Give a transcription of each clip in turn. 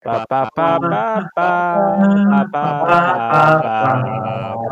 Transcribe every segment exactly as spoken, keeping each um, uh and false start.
Pá, pá, pá, pá, pá, pá, pá,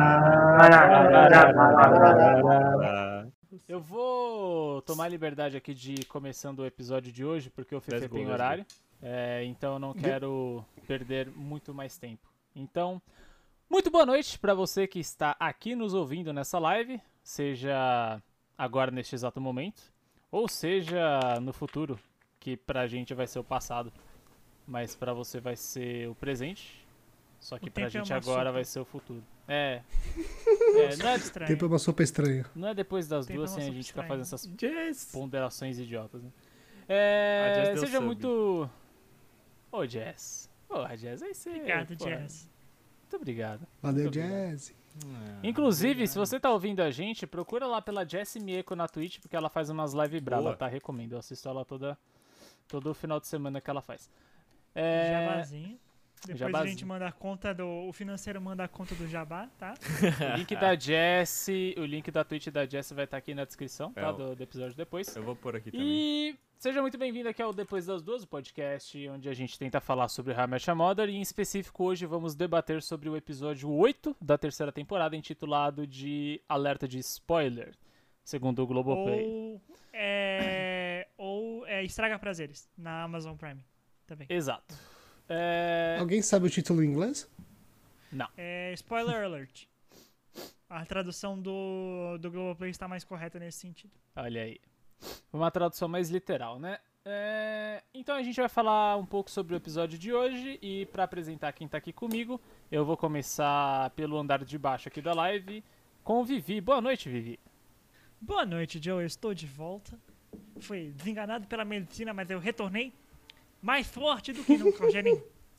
pá. Eu vou tomar liberdade aqui de começando o episódio de hoje, porque o Fefe Let's go, tem let's horário, é, então eu não quero perder muito mais tempo. Então, muito boa noite para você que está aqui nos ouvindo nessa live, seja agora neste exato momento, ou seja no futuro, que pra gente vai ser o passado, mas pra você vai ser o presente, só que O pra tempo é gente uma agora sopa. vai ser o futuro. É, é, não, é Estranho. Tempo é uma sopa estranha. não é depois das Tempo duas é uma sem a sopa gente ficar estranha. fazendo essas Jess! ponderações idiotas, né? A É, Jess deu seja sub. muito... Ô, Jess. Ô, Jess, aí você... Obrigado, pô, Jazz. Muito obrigado. Valeu, Muito obrigado. Jazz. Inclusive, se você tá ouvindo a gente, procura lá pela Jessie Mieko na Twitch, porque ela faz umas live Boa. brava, tá? Recomendo. Eu assisto ela toda, todo final de semana que ela faz. É... Jabazinho. Depois a Jabazinho. gente manda a conta do... O financeiro manda a conta do Jabá, tá? O link da Jessie, o link da Twitch da Jessie vai estar aqui na descrição, tá? É, Do, do episódio depois. Eu vou pôr aqui também. E seja muito bem-vindo aqui ao Depois das Duas, o podcast onde a gente tenta falar sobre How I Met Your Mother, e em específico hoje vamos debater sobre o episódio oito da terceira temporada, intitulado de Alerta de Spoiler, segundo o Globoplay. Ou... É... Ou é Estraga Prazeres, na Amazon Prime. Também. Exato. É... Alguém sabe o título em inglês? É... Spoiler Alert. A tradução do, do Globoplay está mais correta nesse sentido. Olha aí. Uma tradução mais literal, né? É, Então a gente vai falar um pouco sobre o episódio de hoje, e para apresentar quem tá aqui comigo, eu vou começar pelo andar de baixo aqui da live com o Vivi. Boa noite, Vivi. Boa noite, Joe. Eu estou de volta. Fui desenganado pela medicina, mas eu retornei mais forte do que nunca, Rogerinho.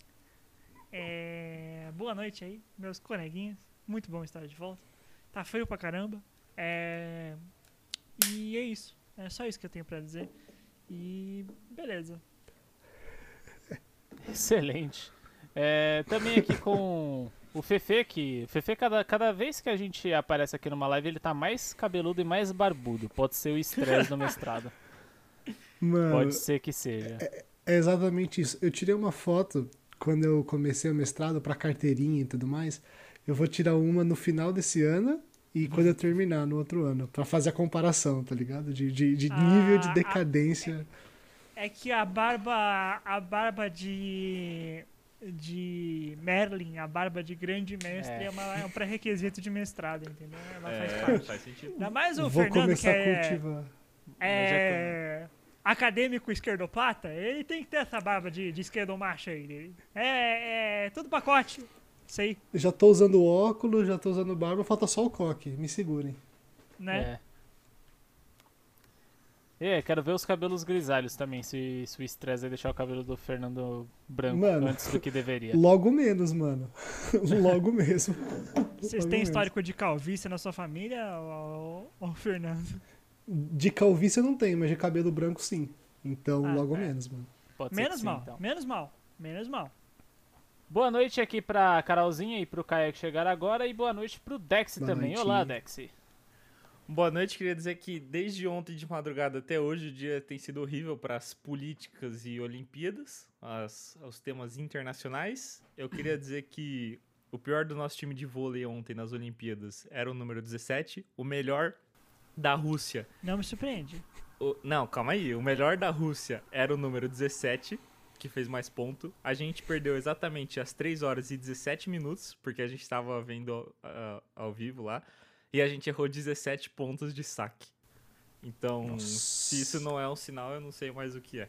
É... Boa noite aí, meus coleguinhas. Muito bom estar de volta. Tá frio pra caramba. É... E é isso. É só isso que eu tenho pra dizer. E beleza. Excelente. É, também aqui com o Fefe, que o Fefe, cada, cada vez que a gente aparece aqui numa live, ele tá mais cabeludo e mais barbudo. Pode ser o estresse do mestrado. Mano, Pode ser que seja. é exatamente isso. Eu tirei uma foto quando eu comecei o mestrado pra carteirinha e tudo mais. Eu vou tirar uma no final desse ano e quando eu terminar no outro ano, pra fazer a comparação, tá ligado? De, de, de nível de Ah, decadência. É que a barba. A barba de. De Merlin, a barba de grande mestre, É. é, uma- é um pré-requisito de mestrado, entendeu? Ela faz É, parte. faz sentido. Ainda mais o Vou Fernando, que começar a é, cultivar. é acadêmico esquerdopata, ele tem que ter essa barba de, de esquerdomacho aí dele. É, é tudo pacote. Isso aí, Já tô usando óculos, já tô usando barba, falta só o coque. Me segurem. né? É. É, quero ver os cabelos grisalhos também, se, se o estresse vai deixar o cabelo do Fernando branco Mano, antes do que deveria. Logo menos, mano. Logo mesmo. Vocês Logo têm mesmo. histórico de calvície na sua família, ô, ô, ô, Fernando? De calvície eu não tenho, mas de cabelo branco sim. Então, Ah, logo é. menos, mano. Pode ser que Menos sim, mal, então. menos mal, menos mal. Boa noite aqui pra Carolzinha e pro Caio que chegaram agora, e boa noite pro Dexy Boa também. noite. Olá, Dexy. Boa noite, queria dizer que desde ontem de madrugada até hoje o dia tem sido horrível para as políticas e Olimpíadas, as, os temas internacionais. Eu queria dizer que o pior do nosso time de vôlei ontem nas Olimpíadas era o número dezessete, o melhor da Rússia. Não me surpreende. o- não, calma aí, o melhor da Rússia era o número dezessete, que fez mais ponto. A gente perdeu exatamente às três horas e dezessete minutos, porque a gente estava vendo uh, ao vivo lá. E a gente errou dezessete pontos de saque. Então, Nossa. se isso não é um sinal, eu não sei mais o que é.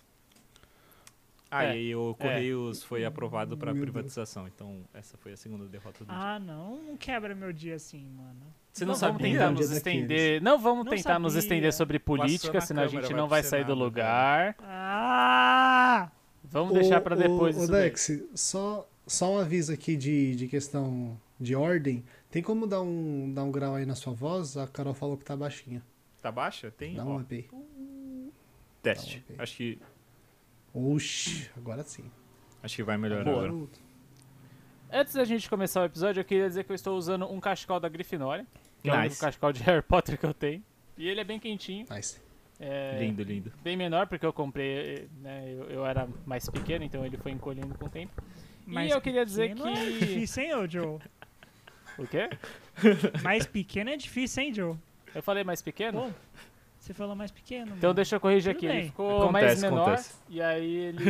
Ah, É, e aí o é. Correios foi aprovado para Meu Deus. privatização. Então, essa foi a segunda derrota do dia. Ah, não, não quebra meu dia assim, mano. Você não, Não vamos sabia? tentar Um nos dia estender. Não vamos Não tentar nos sabia. estender sobre política, na senão a câmera, gente vai não pro vai sair do Senado, lugar. Ah! Vamos deixar pra depois Ô, isso ô, daí. Dex, só, só um aviso aqui de, de questão de ordem. Tem como dar um, dar um grau aí na sua voz? A Carol falou que tá baixinha. Tá baixa? Tem? Dá Ó, um up aí. teste. Dá um up. Acho que, Oxi, agora sim. acho que vai melhorar Boa. agora. Antes da gente começar o episódio, eu queria dizer que eu estou usando um cachecol da Grifinória, que é o único Nice. cachecol de Harry Potter que eu tenho. E ele é bem quentinho. Nice. É, Lindo, lindo. Bem menor, porque eu comprei, né, eu, eu era mais pequeno, então ele foi encolhendo com o tempo. Mais e eu queria dizer pequeno que... É difícil, hein, ô Joe? O quê? Mais pequeno é difícil, hein, Joe? Eu falei mais pequeno? Pô, você falou mais pequeno. Então mano. deixa eu corrigir Tudo aqui. Ele bem. ficou Acontece, mais menor, acontece. e aí ele...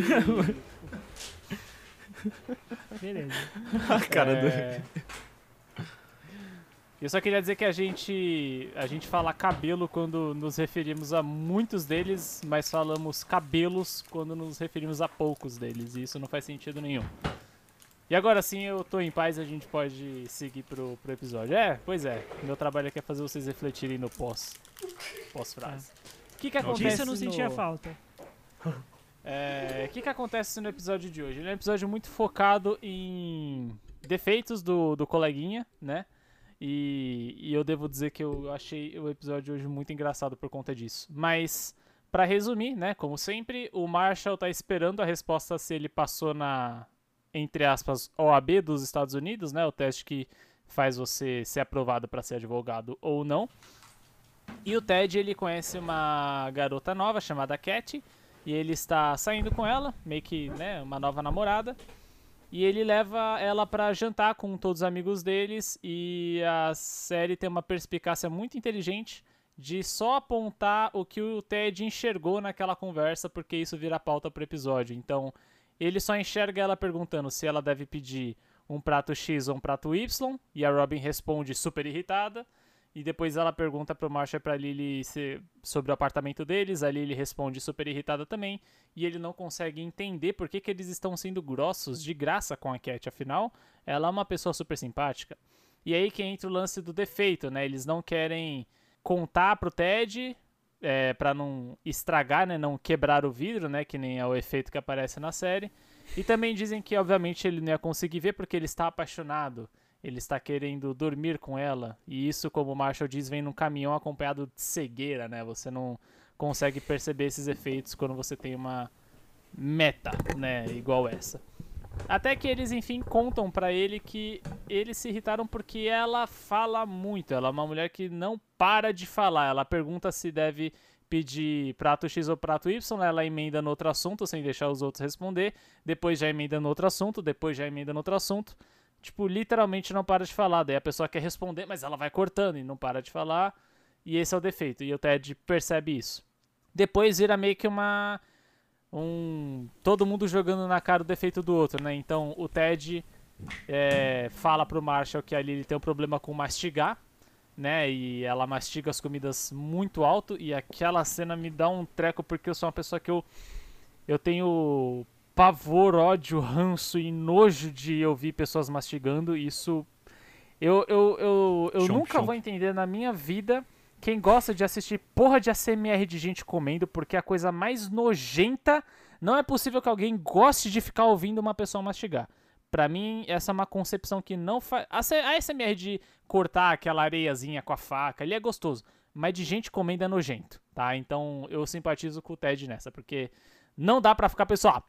Beleza. A cara É, do... Eu só queria dizer que a gente, a gente fala cabelo quando nos referimos a muitos deles, mas falamos cabelos quando nos referimos a poucos deles, e isso não faz sentido nenhum. E agora sim eu tô em paz, a gente pode seguir pro, pro episódio. É, pois é, meu trabalho aqui é fazer vocês refletirem no pós, pós-frase. O que que acontece Disso eu não sentia no... falta. É, o que que acontece no episódio de hoje? Ele é um episódio muito focado em defeitos do, do coleguinha, né? E, e eu devo dizer que eu achei o episódio de hoje muito engraçado por conta disso. Mas, pra resumir, né? Como sempre, o Marshall tá esperando a resposta se ele passou na, entre aspas, O A B dos Estados Unidos, né? O teste que faz você ser aprovado pra ser advogado ou não. E o Ted, ele conhece uma garota nova chamada Cat. E ele está saindo com ela, meio que, né, uma nova namorada. E ele leva ela pra jantar com todos os amigos deles. E a série tem uma perspicácia muito inteligente de só apontar o que o Ted enxergou naquela conversa, porque isso vira pauta pro episódio. Então, ele só enxerga ela perguntando se ela deve pedir um prato X ou um prato Y. E a Robin responde super irritada. E depois ela pergunta pro Marshall e pra Lily se, sobre o apartamento deles. A Lily responde super irritada também. E ele não consegue entender por que, que eles estão sendo grossos de graça com a Cat. Afinal, ela é uma pessoa super simpática. E aí que entra o lance do defeito, né? Eles não querem contar pro Ted, é, pra não estragar, né? Não quebrar o vidro, né? Que nem é o efeito que aparece na série. E também dizem que, obviamente, ele não ia conseguir ver porque ele está apaixonado. Ele está querendo dormir com ela. E isso, como o Marshall diz, vem num caminhão acompanhado de cegueira, né? Você não consegue perceber esses efeitos quando você tem uma meta, né? Igual essa. Até que eles, enfim, contam pra ele que eles se irritaram porque ela fala muito. Ela é uma mulher que não para de falar. Ela pergunta se deve pedir prato X ou prato Y. Ela emenda no outro assunto sem deixar os outros responder. Depois já emenda no outro assunto. Depois já emenda no outro assunto. Tipo, literalmente não para de falar. Daí a pessoa quer responder, mas ela vai cortando e não para de falar. E esse é o defeito. E o Ted percebe isso. Depois vira meio que uma... Um, todo mundo jogando na cara o defeito do outro, né? Então o Ted é, fala pro Marshall que a Lily tem um problema com mastigar, né? E ela mastiga as comidas muito alto. E aquela cena me dá um treco porque eu sou uma pessoa que eu... Eu tenho... pavor, ódio, ranço e nojo de ouvir pessoas mastigando. Isso eu, eu, eu, eu Chom, nunca chom. vou entender na minha vida quem gosta de assistir porra de A S M R de gente comendo, porque a coisa mais nojenta, não é possível que alguém goste de ficar ouvindo uma pessoa mastigar. Pra mim, essa é uma concepção que não faz... A A S M R de cortar aquela areiazinha com a faca, ali é gostoso, mas de gente comendo é nojento, tá? Então eu simpatizo com o Ted nessa, porque não dá pra ficar, pessoal...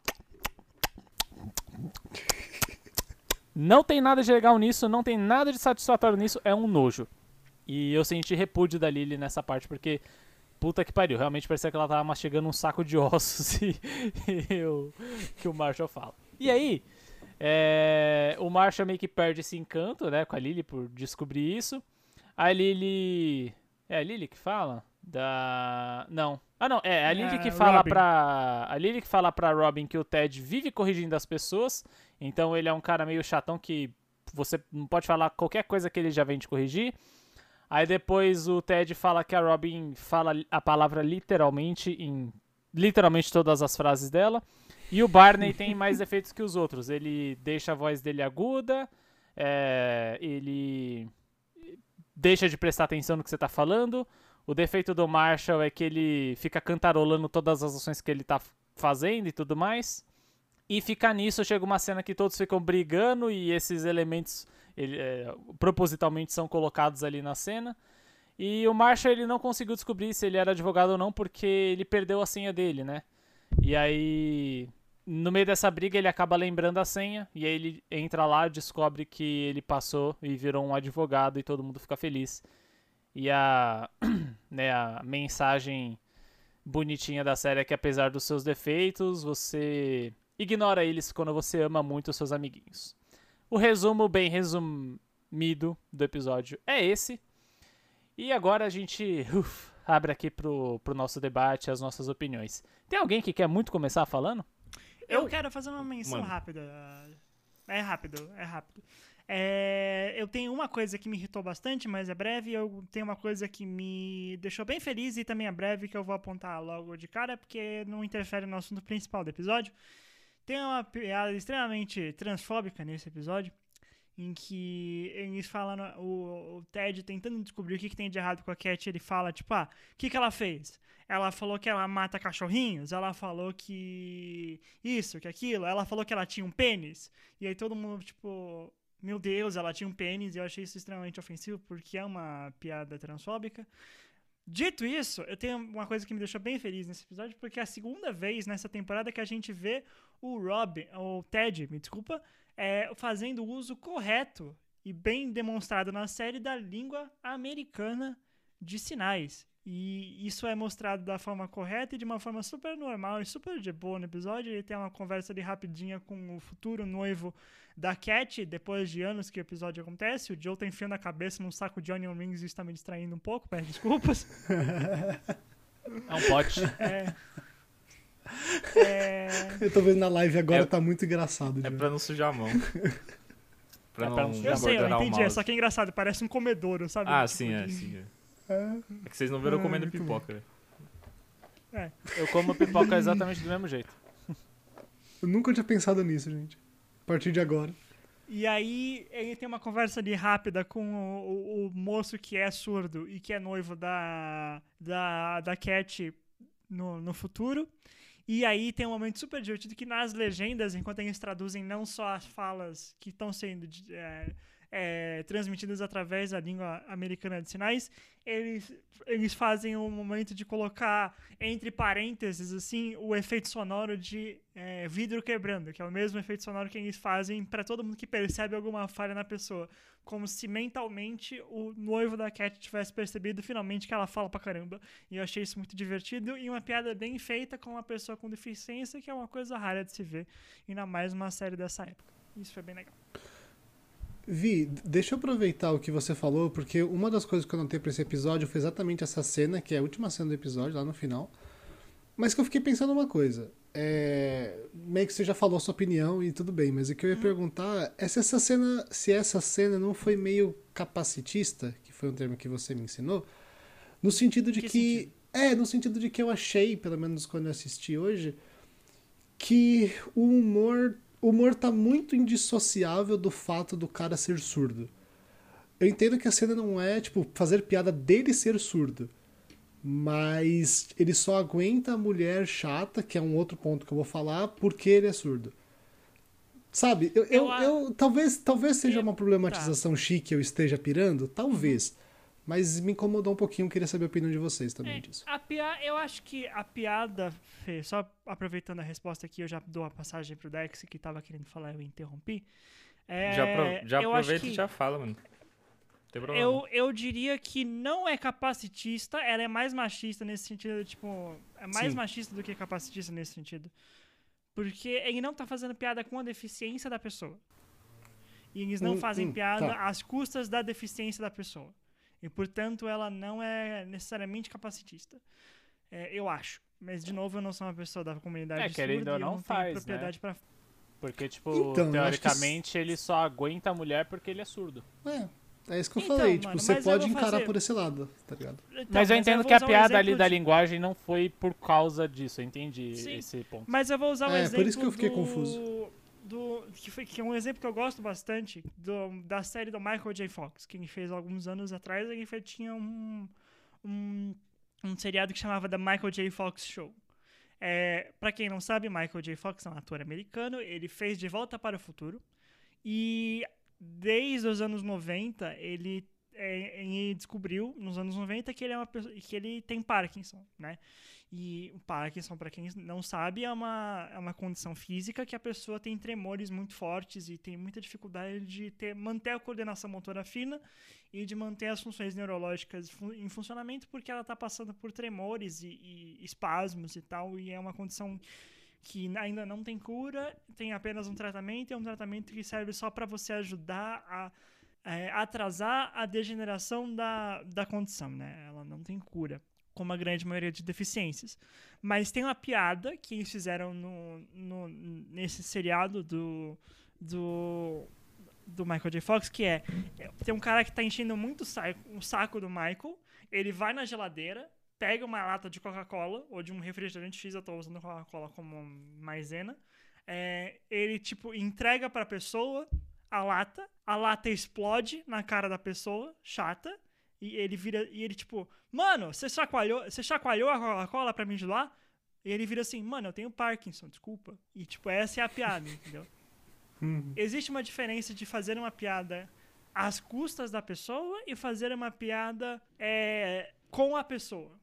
Não tem nada de legal nisso, não tem nada de satisfatório nisso, é um nojo. E eu senti repúdio da Lily nessa parte, porque puta que pariu, realmente parecia que ela tava mastigando um saco de ossos e, e eu, que o Marshall fala. E aí, é, o Marshall meio que perde esse encanto, né, com a Lily por descobrir isso. A Lily... É a Lily que fala? Da... Não. Ah, não, é a Lily É, que fala Robin. pra... A Lily que fala pra Robin que o Ted vive corrigindo as pessoas, então ele é um cara meio chatão que você não pode falar qualquer coisa que ele já vem te corrigir. Aí depois o Ted fala que a Robin fala a palavra literalmente em literalmente todas as frases dela. E o Barney tem mais defeitos que os outros. Ele deixa a voz dele aguda, é, ele deixa de prestar atenção no que você tá falando. O defeito do Marshall é que ele fica cantarolando todas as ações que ele tá fazendo e tudo mais. E fica nisso, chega uma cena que todos ficam brigando e esses elementos ele, é, propositalmente são colocados ali na cena. E o Marshall ele não conseguiu descobrir se ele era advogado ou não porque ele perdeu a senha dele, né? E aí, no meio dessa briga, ele acaba lembrando a senha e aí ele entra lá, descobre que ele passou e virou um advogado e todo mundo fica feliz. E a, né, a mensagem bonitinha da série é que, apesar dos seus defeitos, você ignora eles quando você ama muito os seus amiguinhos. O resumo bem resumido do episódio é esse. E agora a gente uf, abre aqui pro, pro nosso debate, as nossas opiniões. Tem alguém que quer muito começar falando? Eu quero fazer uma menção Mano. rápida. É rápido, é rápido. É, eu tenho uma coisa que me irritou bastante, mas é breve. Eu tenho uma coisa que me deixou bem feliz e também é breve, que eu vou apontar logo de cara, porque não interfere no assunto principal do episódio. Tem uma piada extremamente transfóbica nesse episódio, em que eles falam, o, o Ted tentando descobrir o que, que tem de errado com a Cat, ele fala, tipo, ah, o que, que ela fez? Ela falou que ela mata cachorrinhos, ela falou que isso, que aquilo, ela falou que ela tinha um pênis, e aí todo mundo, tipo, meu Deus, ela tinha um pênis, e eu achei isso extremamente ofensivo, porque é uma piada transfóbica. Dito isso, eu tenho uma coisa que me deixou bem feliz nesse episódio, porque é a segunda vez nessa temporada que a gente vê o Rob, o Ted, me desculpa, é, fazendo o uso correto e bem demonstrado na série da língua americana de sinais. E isso é mostrado da forma correta e de uma forma super normal e super de boa no episódio. Ele tem uma conversa ali rapidinha com o futuro noivo da Cat, depois de anos que o episódio acontece. O Joe tá enfiando a cabeça num saco de onion rings e está me distraindo um pouco, peço desculpas. É um pote. É... É... Eu tô vendo na live agora, É- tá muito engraçado. É Ju. pra não sujar a mão. Pra É não, pra não sujar Eu Já sei, eu bordonar o entendi. É mouse. só que é engraçado, parece um comedouro, sabe? Ah, Tipo, sim, é, de- sim. É, É, É que vocês não viram eu Ah, comendo muito pipoca, né? Eu como pipoca exatamente do mesmo jeito. eu nunca tinha pensado nisso, gente. A partir de agora. E aí ele tem uma conversa ali rápida com o, o- o moço que é surdo e que é noivo da, da, da Cat no, no futuro. E aí tem um momento super divertido que nas legendas, enquanto eles traduzem não só as falas que estão sendo é, é, transmitidas através da língua americana de sinais, eles, eles fazem um momento de colocar entre parênteses assim o efeito sonoro de é, vidro quebrando, que é o mesmo efeito sonoro que eles fazem para todo mundo que percebe alguma falha na pessoa, como se mentalmente o noivo da Cat tivesse percebido finalmente que ela fala pra caramba. E eu achei isso muito divertido e uma piada bem feita com uma pessoa com deficiência, que é uma coisa rara de se ver, ainda mais uma série dessa época. Isso foi bem legal. Vi, deixa eu aproveitar o que você falou, porque uma das coisas que eu notei pra esse episódio foi exatamente essa cena, que é a última cena do episódio, lá no final. Mas que eu fiquei pensando uma coisa. É... Meio que você já falou a sua opinião e tudo bem, mas o que eu ia perguntar é se essa cena, se essa cena não foi meio capacitista, que foi um termo que você me ensinou, no sentido de Que que. sentido? É, no sentido de que eu achei, pelo menos quando eu assisti hoje, que o humor. O humor tá muito indissociável do fato do cara ser surdo. Eu entendo que a cena não é, tipo, fazer piada dele ser surdo. Mas ele só aguenta a mulher chata, que é um outro ponto que eu vou falar, porque ele é surdo. Sabe, eu, eu, Eu a- eu- talvez, talvez seja Eu- uma problematização chique, eu esteja pirando, talvez. Mas me incomodou um pouquinho, queria saber a opinião de vocês também É, disso. a pia... Eu acho que a piada, Fê, só aproveitando a resposta aqui, eu já dou a passagem pro Dex, que tava querendo falar, eu interrompi. É, Já, apro- já eu acho aproveita que e já fala, mano. Não tem problema. Eu, eu diria que não é capacitista, ela é mais machista nesse sentido, tipo, é mais Sim. machista do que capacitista nesse sentido. Porque ele não tá fazendo piada com a deficiência da pessoa. E eles não Hum, fazem hum, piada tá. às custas da deficiência da pessoa. E, portanto, ela não é necessariamente capacitista. É, eu acho. Mas, de novo, eu não sou uma pessoa da comunidade É, querendo surda ou e eu não, não faz, tenho propriedade pra... Porque, tipo, Então, eu acho que teoricamente ele só aguenta a mulher porque ele é surdo. É, é isso que eu Então, falei. mano, Tipo, você mas eu pode vou encarar fazer- por esse lado, tá ligado? Então, Mas eu entendo vou que a usar um piada ali exemplo da de- linguagem não foi por causa disso. Eu entendi Sim. esse ponto. Mas eu vou usar um É, exemplo por isso que eu fiquei do, confuso. Do, que, foi, que é um exemplo que eu gosto bastante do, da série do Michael J. Fox, que ele fez alguns anos atrás. Ele fez, tinha um, um, um seriado que chamava The Michael J. Fox Show. É, pra quem não sabe, Michael J. Fox é um ator americano. Ele fez De Volta para o Futuro. E desde os anos noventa, ele é, e descobriu nos anos noventa que ele, é uma pessoa, que ele tem Parkinson, né? E o Parkinson, para quem não sabe, é uma, é uma condição física que a pessoa tem tremores muito fortes e tem muita dificuldade de ter, manter a coordenação motora fina e de manter as funções neurológicas fu- em funcionamento, porque ela está passando por tremores e, e espasmos e tal, e é uma condição que ainda não tem cura, tem apenas um tratamento, e é um tratamento que serve só para você ajudar a é, atrasar a degeneração da, da condição, né? Ela não tem cura, como a grande maioria de deficiências. Mas tem uma piada que eles fizeram no, no, nesse seriado do, do, do Michael J. Fox, que é, tem um cara que tá enchendo muito o saco, o saco do Michael, ele vai na geladeira, pega uma lata de Coca-Cola, ou de um refrigerante X, eu tô usando Coca-Cola como maisena, é, ele, tipo, entrega pra pessoa a lata, a lata explode na cara da pessoa, chata, e ele vira, e ele tipo, mano, você chacoalhou, você chacoalhou a Coca-Cola pra me ajudar? E ele vira assim, mano, eu tenho Parkinson, desculpa. E tipo, essa é a piada, entendeu? Uhum. Existe uma diferença de fazer uma piada às custas da pessoa e fazer uma piada é, com a pessoa.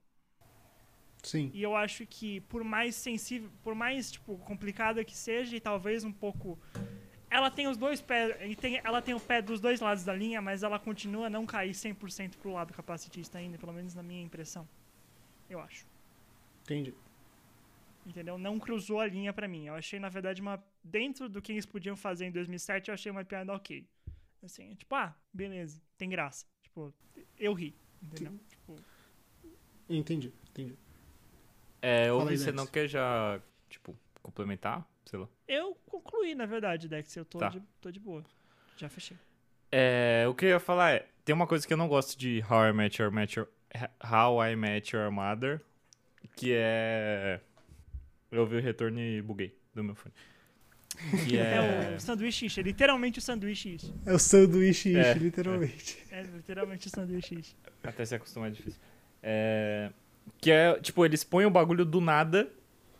Sim. E eu acho que por mais sensível, por mais tipo, complicada que seja e talvez um pouco... Ela tem os dois pés, tem, ela tem o pé dos dois lados da linha, mas ela continua a não cair cem por cento pro lado capacitista ainda, pelo menos na minha impressão. Eu acho. Entendi. Entendeu? Não cruzou a linha pra mim. Eu achei, na verdade, uma... Dentro do que eles podiam fazer em dois mil e sete, eu achei uma piada ok. Assim, tipo, ah, beleza, tem graça. Tipo, eu ri, entendeu? Tipo... Entendi, entendi. É, Fala ouvi, aí, você Dex. não quer já, tipo, complementar? Sei lá. Eu concluí, na verdade, Dex. Eu tô, Tá. de, tô de boa. Já fechei. É, o que eu ia falar é, tem uma coisa que eu não gosto de How I Met Your, Met Your, How I Met Your Mother, que é... Eu ouvi o retorno e buguei do meu fone. Que É, é... o sanduíche ishi, literalmente o sanduíche ishi. É o sanduíche É, ishi, literalmente. É literalmente o sanduíche ishi. Até se acostumar é difícil. É... Que é, tipo, eles põem o bagulho do nada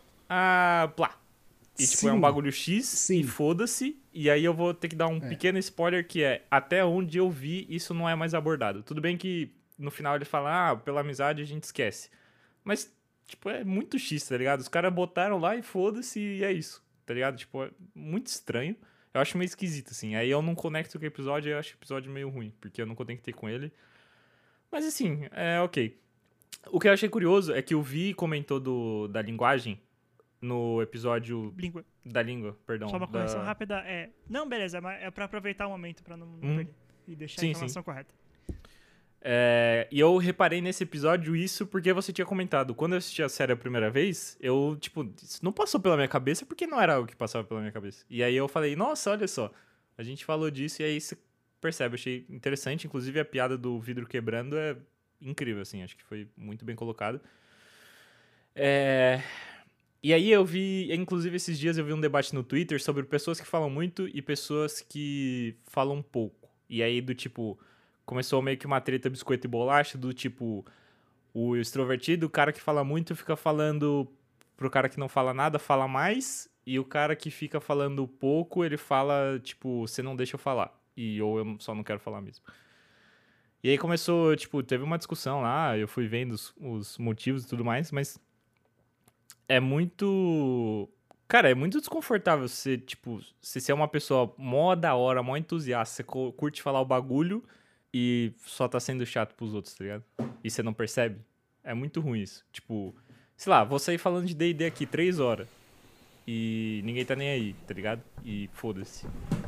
a... Plá. E, tipo, Sim. é um bagulho X Sim. e foda-se. E aí eu vou ter que dar um É. pequeno spoiler que é, até onde eu vi, isso não é mais abordado. Tudo bem que no final ele fala, ah, pela amizade a gente esquece. Mas, tipo, é muito X, tá ligado? Os caras botaram lá e foda-se e é isso, tá ligado? Tipo, é muito estranho. Eu acho meio esquisito, assim. Aí eu não conecto com o episódio e eu acho o episódio meio ruim, porque eu não conectei com ele. Mas, assim, é ok. O que eu achei curioso é que o Vi comentou do, da linguagem no episódio Língua. da língua, perdão. Só uma correção da... rápida. É... Não, beleza, mas é pra aproveitar o momento, pra não, não Hum. perder. E deixar Sim, a informação correta. É, e eu reparei nesse episódio isso porque você tinha comentado. Quando eu assisti a série a primeira vez, eu, tipo, isso não passou pela minha cabeça porque não era algo que passava pela minha cabeça. E aí eu falei, nossa, olha só, a gente falou disso e aí você percebe, achei interessante. Inclusive a piada do vidro quebrando é incrível, assim, acho que foi muito bem colocado. É... E aí eu vi, inclusive esses dias eu vi um debate no Twitter sobre pessoas que falam muito e pessoas que falam pouco. E aí do tipo, começou meio que uma treta biscoito e bolacha, do tipo, o extrovertido, o cara que fala muito fica falando pro cara que não fala nada, fala mais, e o cara que fica falando pouco, ele fala, tipo, você não deixa eu falar. E ou eu só não quero falar mesmo. E aí começou, tipo, teve uma discussão lá, eu fui vendo os, os motivos e tudo mais, mas é muito... Cara, é muito desconfortável você, tipo, você ser uma pessoa mó da hora, mó entusiasta, você cu- curte falar o bagulho e só tá sendo chato pros outros, tá ligado? E você não percebe. É muito ruim isso. Tipo, sei lá, vou sair falando de D e D aqui três horas e ninguém tá nem aí, tá ligado? E foda-se.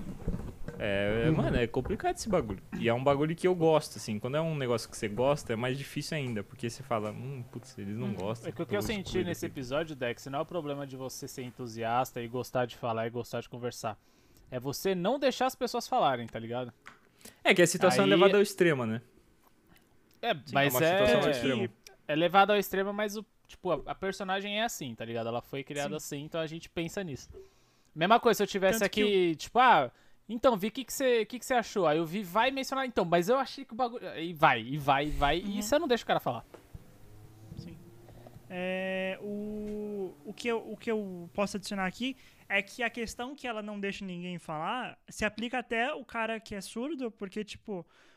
É, é, mano, é complicado esse bagulho. E é um bagulho que eu gosto, assim. Quando é um negócio que você gosta, é mais difícil ainda. Porque você fala, hum, putz, eles não gostam. É que o que eu vou senti excluir nesse daqui. episódio, Dex, não é o problema de você ser entusiasta e gostar de falar e gostar de conversar. É você não deixar as pessoas falarem, tá ligado? É que a situação Aí- é levada ao extremo, né? É, é mas uma situação ao é, extremo. é levado ao extremo, mas o, tipo, a, a personagem é assim, tá ligado? Ela foi criada Sim. assim, então a gente pensa nisso. Mesma coisa se eu tivesse Tanto que aqui, tipo, ah, então, Vi, o que que você que que você achou? Aí eu Vi vai mencionar, então, mas eu achei que o bagulho... E vai, e vai, e vai, Uhum. e você não deixa o cara falar. Sim. É, o, o, que eu, o que eu posso adicionar aqui é que a questão que ela não deixa ninguém falar se aplica até o cara que é surdo, porque, tipo,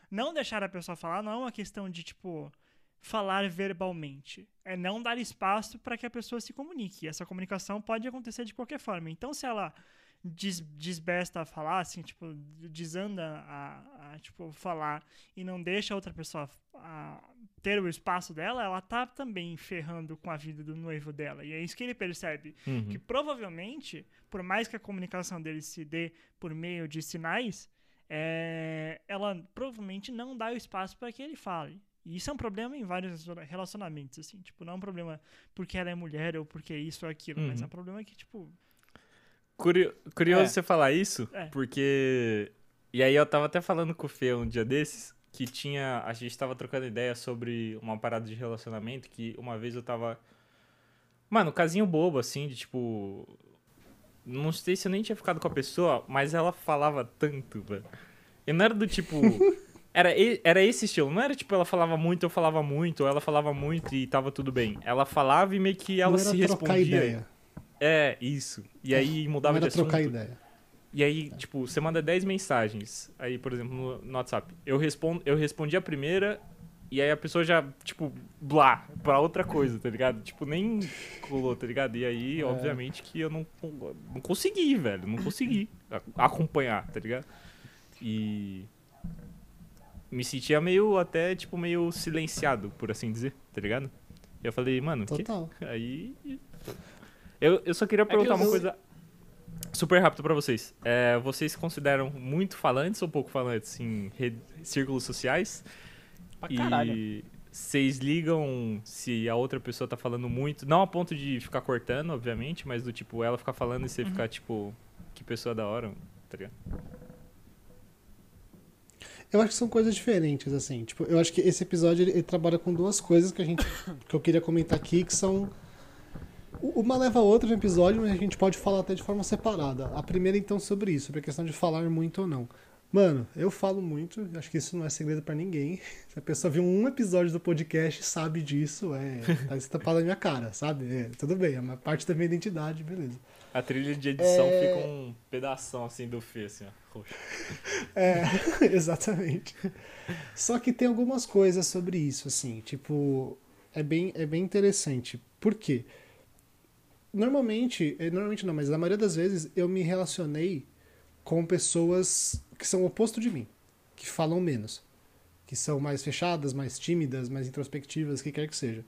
não deixar a pessoa falar não é uma questão de, tipo, falar verbalmente. É não dar espaço para que a pessoa se comunique. Essa comunicação pode acontecer de qualquer forma. Então, se ela des, desbesta a falar, assim, tipo, desanda a, a, tipo, falar e não deixa a outra pessoa a, ter o espaço dela, ela tá também ferrando com a vida do noivo dela. E é isso que ele percebe. Uhum. Que provavelmente, por mais que a comunicação dele se dê por meio de sinais, é, ela provavelmente não dá o espaço para que ele fale. E isso é um problema em vários relacionamentos, assim. Tipo, não é um problema porque ela é mulher ou porque isso ou aquilo, Uhum. mas é um problema que, tipo... Curio- Curioso É. você falar isso, É. porque... E aí eu tava até falando com o Fê um dia desses, que tinha... A gente tava trocando ideia sobre uma parada de relacionamento, que uma vez eu tava... Mano, casinho bobo, assim, de tipo... Não sei se eu nem tinha ficado com a pessoa, mas ela falava tanto, velho. E não era do tipo... Era, e- era esse estilo, não era tipo ela falava muito, eu falava muito, ou ela falava muito e tava tudo bem. Ela falava e meio que ela não se era trocar respondia. ideia. É, isso. E aí mudava Não era de assunto. trocar ideia. E aí, tipo, você manda dez mensagens, aí, por exemplo, no, no WhatsApp. Eu, respondo, eu respondi a primeira, e aí a pessoa já, tipo, blá, pra outra coisa, tá ligado? Tipo, nem colou, tá ligado? E aí, É. obviamente, que eu não, não consegui, velho. Não consegui a- acompanhar, tá ligado? E... Me sentia meio, até, tipo, meio silenciado, por assim dizer, tá ligado? Eu falei, mano, que... Total. Aí... Eu, eu só queria perguntar eu- uma coisa super rápido pra vocês. É, vocês se consideram muito falantes ou pouco falantes em rede- círculos sociais? Pra caralho. E vocês ligam se a outra pessoa tá falando muito, não a ponto de ficar cortando, obviamente, mas do tipo, ela ficar falando e você ficar tipo, que pessoa da hora, tá ligado? Eu acho que são coisas diferentes, assim. Tipo, eu acho que esse episódio ele, ele trabalha com duas coisas que a gente que eu queria comentar aqui, que são uma leva a outra no episódio, mas a gente pode falar até de forma separada. A primeira, então, sobre isso, sobre a questão de falar muito ou não. Mano, eu falo muito, acho que isso não é segredo pra ninguém. Se a pessoa viu um episódio do podcast, sabe disso, é, tá estampado na minha cara, sabe? É, tudo bem, é uma parte da minha identidade, beleza. A trilha de edição É. fica um pedação assim do Fê, assim, ó, roxo. É, exatamente. Só que tem algumas coisas sobre isso, assim, tipo, é bem, é bem interessante. Por quê? Normalmente, eh, normalmente não, mas na maioria das vezes eu me relacionei com pessoas que são o oposto de mim, que falam menos, que são mais fechadas, mais tímidas, mais introspectivas, o que quer que seja.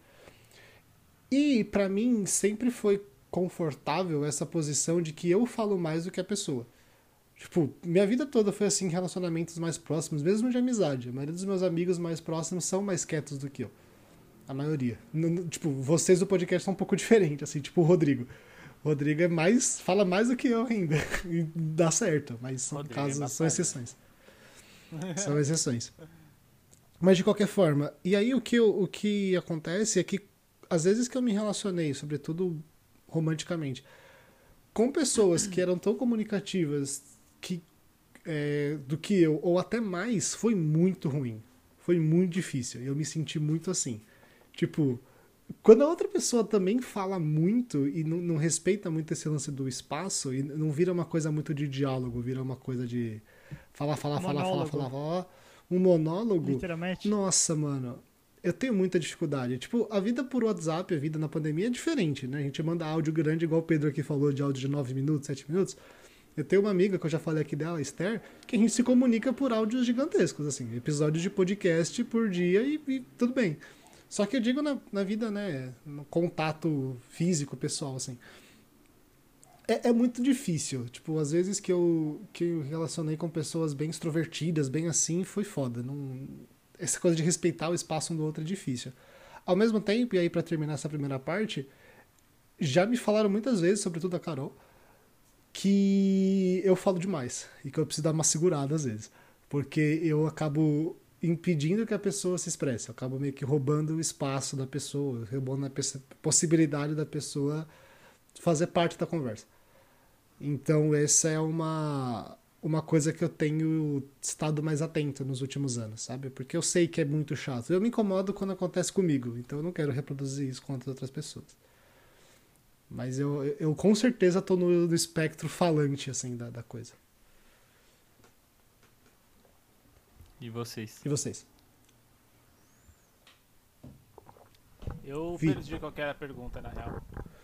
E pra mim sempre foi confortável essa posição de que eu falo mais do que a pessoa. Tipo, minha vida toda foi assim em relacionamentos mais próximos, mesmo de amizade. A maioria dos meus amigos mais próximos são mais quietos do que eu. A maioria. N- n- Tipo, vocês do podcast são um pouco diferentes, assim, tipo o Rodrigo. O Rodrigo é mais, fala mais do que eu ainda. E dá certo, mas são Rodrigo é casos, bastante. são exceções. São exceções. Mas de qualquer forma, e aí o que, eu- o que acontece é que às vezes que eu me relacionei, sobretudo romanticamente, com pessoas que eram tão comunicativas que, é, do que eu, ou até mais, foi muito ruim. Foi muito difícil. E eu me senti muito assim. Tipo, quando a outra pessoa também fala muito e não, não respeita muito esse lance do espaço, e não vira uma coisa muito de diálogo, vira uma coisa de falar, falar, falar, falar, Monólogo. falar, falar, um monólogo. Literalmente. Nossa, mano, eu tenho muita dificuldade. Tipo, a vida por WhatsApp, a vida na pandemia é diferente, né? A gente manda áudio grande, igual o Pedro aqui falou, de áudio de nove minutos, sete minutos. Eu tenho uma amiga que eu já falei aqui dela, a Esther, que a gente se comunica por áudios gigantescos, assim, episódios de podcast por dia e, e tudo bem. Só que eu digo na, na vida, né, no contato físico, pessoal, assim. É, é muito difícil. Tipo, às vezes que eu, que eu relacionei com pessoas bem extrovertidas, bem assim, foi foda. Não, essa coisa de respeitar o espaço um do outro é difícil. Ao mesmo tempo, e aí pra terminar essa primeira parte, já me falaram muitas vezes, sobretudo a Carol, que eu falo demais e que eu preciso dar uma segurada às vezes. Porque eu acabo impedindo que a pessoa se expresse. Eu acabo meio que roubando o espaço da pessoa, roubando a pos- possibilidade da pessoa fazer parte da conversa. Então, essa é uma, uma coisa que eu tenho estado mais atento nos últimos anos, sabe? Porque eu sei que é muito chato. Eu me incomodo quando acontece comigo, então eu não quero reproduzir isso com outras pessoas. Mas eu, eu, eu com certeza tô no, no espectro falante, assim, da, da coisa. E vocês? E vocês? Eu Vi. perdi qual que era a pergunta, na real.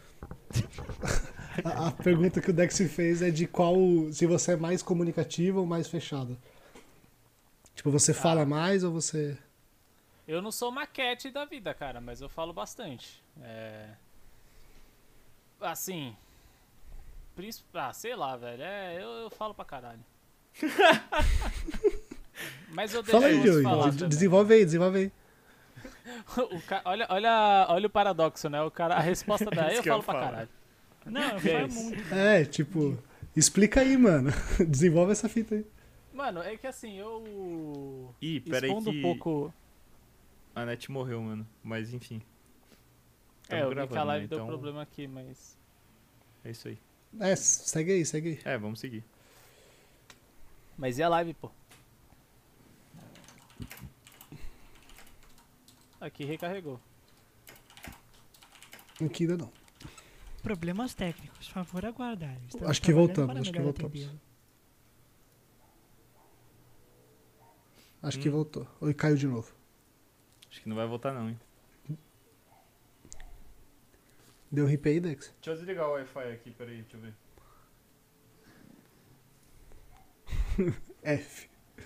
A, a pergunta que o Dex fez é de qual. Se você é mais comunicativo ou mais fechado. Tipo, você fala mais ou você. Eu não sou maquete da vida, cara, mas eu falo bastante. É... Assim... Príncipe... Ah, sei lá, velho. É, eu, eu falo pra caralho. Mas eu deixo Fala aí, eles Joey. falar De- também. Desenvolve aí, desenvolve aí. O ca... olha, olha, olha o paradoxo, né? O cara, a resposta da Isso eu que eu falo pra falo. caralho. Não, eu Que é falo isso? muito. É, tipo. Explica aí, mano. Desenvolve essa fita aí. Mano, é que assim, eu... Ih, peraí Expondo que um pouco... a net morreu, mano. Mas enfim. É, Tamo eu vi que a gravando, live né? deu Então, problema aqui, mas... É isso aí. É, segue aí, segue aí. É, vamos seguir. Mas e a live, pô? Aqui recarregou. Aqui ainda não. Problemas técnicos, favor aguardar. Estamos Acho que trabalhando voltamos, para acho que melhor voltamos. atendê-lo. Acho que Hum. voltou. Ou caiu de novo. Acho que não vai voltar não, hein? Deu rip aí, Dex? Deixa eu desligar o Wi-Fi aqui, peraí, deixa eu ver. F.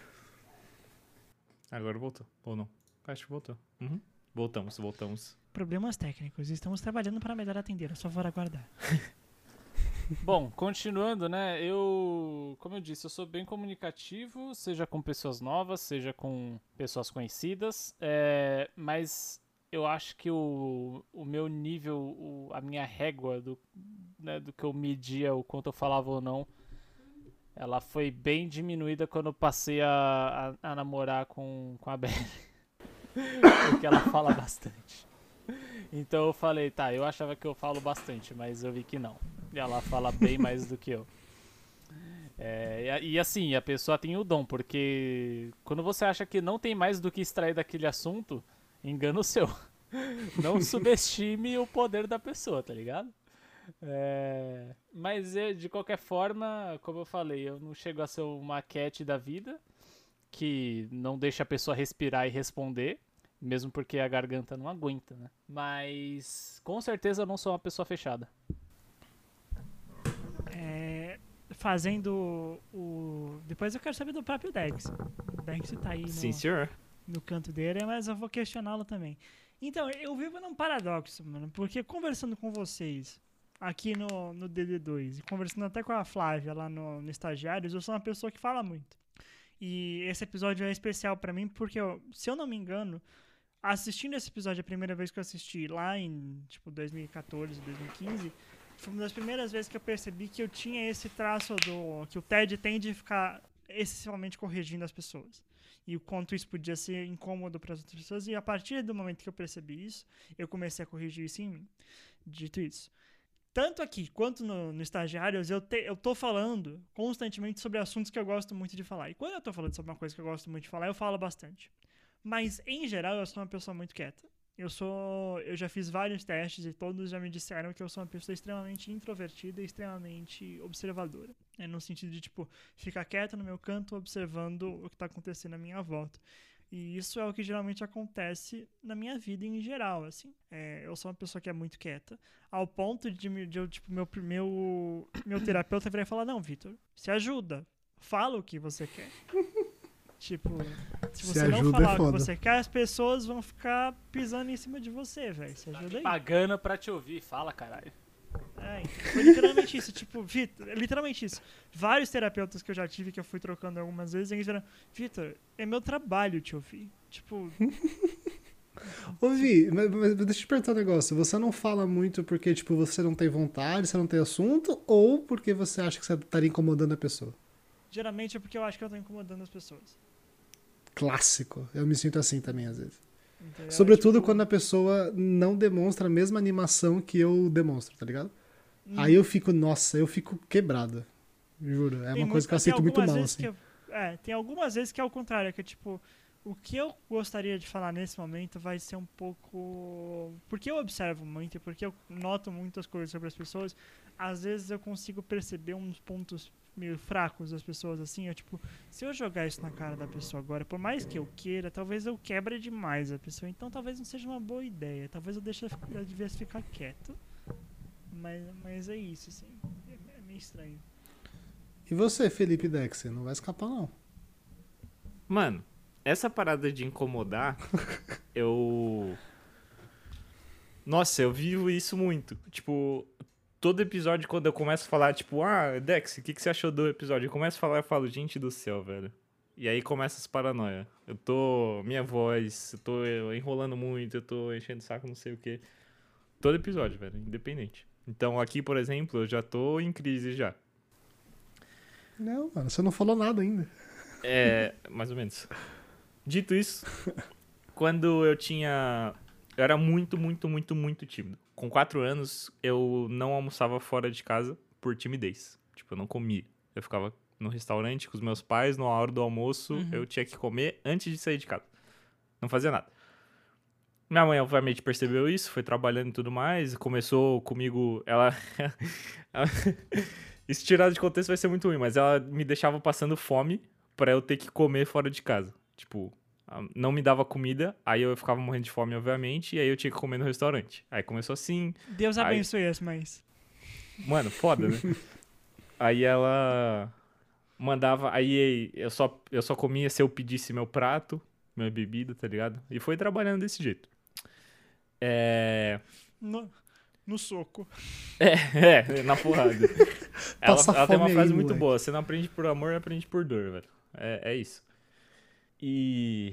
Agora voltou. Ou não? Acho que voltou. Uhum. Voltamos, voltamos. Problemas técnicos, estamos trabalhando para melhor atendê-lo, favor aguardar. Bom, continuando, né? Eu, como eu disse, eu sou bem comunicativo, seja com pessoas novas, seja com pessoas conhecidas, é, mas eu acho que o, o meu nível, o- a minha régua do, né, do que eu media, o quanto eu falava ou não, ela foi bem diminuída quando eu passei a, a, a namorar com, com a Belle. Porque ela fala bastante. Então eu falei, tá, eu achava que eu falo bastante, mas eu vi que não. E ela fala bem mais do que eu. É, e, a- e assim, a pessoa tem o dom, porque quando você acha que não tem mais do que extrair daquele assunto, engano seu. Não subestime o poder da pessoa, tá ligado? É, mas é, de qualquer forma, como eu falei, eu não chego a ser uma cat da vida, que não deixa a pessoa respirar e responder. Mesmo porque a garganta não aguenta, né? Mas com certeza eu não sou uma pessoa fechada. É, fazendo o... Depois eu quero saber do próprio Dex. O Dex tá aí Sim, no, senhor. no canto dele, mas eu vou questioná-lo também. Então, eu vivo num paradoxo, mano, porque conversando com vocês aqui no, no D D dois e conversando até com a Flávia lá no, no Estagiários, eu sou uma pessoa que fala muito. E esse episódio é especial pra mim porque, eu, se eu não me engano, assistindo esse episódio a primeira vez que eu assisti lá em tipo dois mil e quatorze, dois mil e quinze, foi uma das primeiras vezes que eu percebi que eu tinha esse traço do que o Ted tem de ficar excessivamente corrigindo as pessoas. E o quanto isso podia ser incômodo para as outras pessoas. E a partir do momento que eu percebi isso, eu comecei a corrigir isso em mim. Dito isso, tanto aqui quanto no, no Estagiários, eu, te, eu tô falando constantemente sobre assuntos que eu gosto muito de falar. E quando eu tô falando sobre uma coisa que eu gosto muito de falar, eu falo bastante. Mas, em geral, eu sou uma pessoa muito quieta. Eu sou... Eu já fiz vários testes e todos já me disseram que eu sou uma pessoa extremamente introvertida e extremamente observadora. É no sentido de, tipo, ficar quieta no meu canto observando o que tá acontecendo à minha volta. E isso é o que geralmente acontece na minha vida em geral, assim. É, eu sou uma pessoa que é muito quieta, ao ponto de, me- de eu, tipo, meu, meu, meu terapeuta virar e falar, não, Vitor, se ajuda, fala o que você quer. Tipo, se Se você não ajuda é falar o que foda. você quer, as pessoas vão ficar pisando em cima de você, velho. Se ajuda aí. Pagando pra te ouvir, fala, caralho. É, então, foi literalmente isso, tipo, Vitor, é literalmente isso. Vários terapeutas que eu já tive, que eu fui trocando algumas vezes, eles disseram, Vitor, é meu trabalho te ouvir. Tipo, Ô, Vi, mas, mas deixa eu te perguntar um negócio. Você não fala muito porque, tipo, você não tem vontade, você não tem assunto, ou porque você acha que você estaria incomodando a pessoa? geralmente é porque eu acho que eu tô incomodando as pessoas. Clássico. Eu me sinto assim também, às vezes. Entendeu? Sobretudo Tipo, quando a pessoa não demonstra a mesma animação que eu demonstro, tá ligado? hum, Aí eu fico, nossa, eu fico quebrado. Juro. É tem uma coisa muito- que eu tem aceito muito algumas mal, vezes assim. que eu- é, tem algumas vezes que é o contrário, que é tipo, o que eu gostaria de falar nesse momento vai ser um pouco... Porque eu observo muito e porque eu noto muitas coisas sobre as pessoas, às vezes eu consigo perceber uns pontos meio fracos das pessoas, assim. Eu, tipo, se eu jogar isso na cara da pessoa agora, por mais que eu queira, talvez eu quebre demais a pessoa. Então talvez não seja uma boa ideia. Talvez eu, deixe, eu devesse ficar quieto. Mas, mas é isso, assim. É, é meio estranho. E você, Felipe Dex, não vai escapar, não. Mano, essa parada de incomodar, eu... Nossa, eu vivo isso muito. Tipo, todo episódio, quando eu começo a falar, tipo, ah, Dex, o que, que você achou do episódio? Eu começo a falar e falo, gente do céu, velho. E aí começa as paranoia. Eu tô... Minha voz, eu tô enrolando muito, eu tô enchendo o saco, não sei o quê. Todo episódio, velho, independente. Então aqui, por exemplo, eu já tô em crise já. Não, mano, você não falou nada ainda. É, mais ou menos. Dito isso, quando eu tinha... Eu era muito, muito, muito, muito tímido. Com quatro anos, eu não almoçava fora de casa por timidez. Tipo, eu não comia. Eu ficava no restaurante com os meus pais, na hora do almoço, uhum. eu tinha que comer antes de sair de casa. Não fazia nada. Minha mãe, obviamente, percebeu isso, foi trabalhando e tudo mais, começou comigo... Ela... Isso tirado de contexto vai ser muito ruim, mas ela me deixava passando fome pra eu ter que comer fora de casa. Tipo... Não me dava comida, aí eu ficava morrendo de fome, obviamente, e aí eu tinha que comer no restaurante. Aí começou assim... Deus abençoe as mães. Mano, foda, né? Aí ela mandava... Aí eu só, eu só comia se eu pedisse meu prato, minha bebida, tá ligado? E foi trabalhando desse jeito. É... No, no soco. É, é, na porrada. ela ela tem uma frase aí, muito moleque. boa. Você não aprende por amor, aprende por dor, velho. É, é isso. E...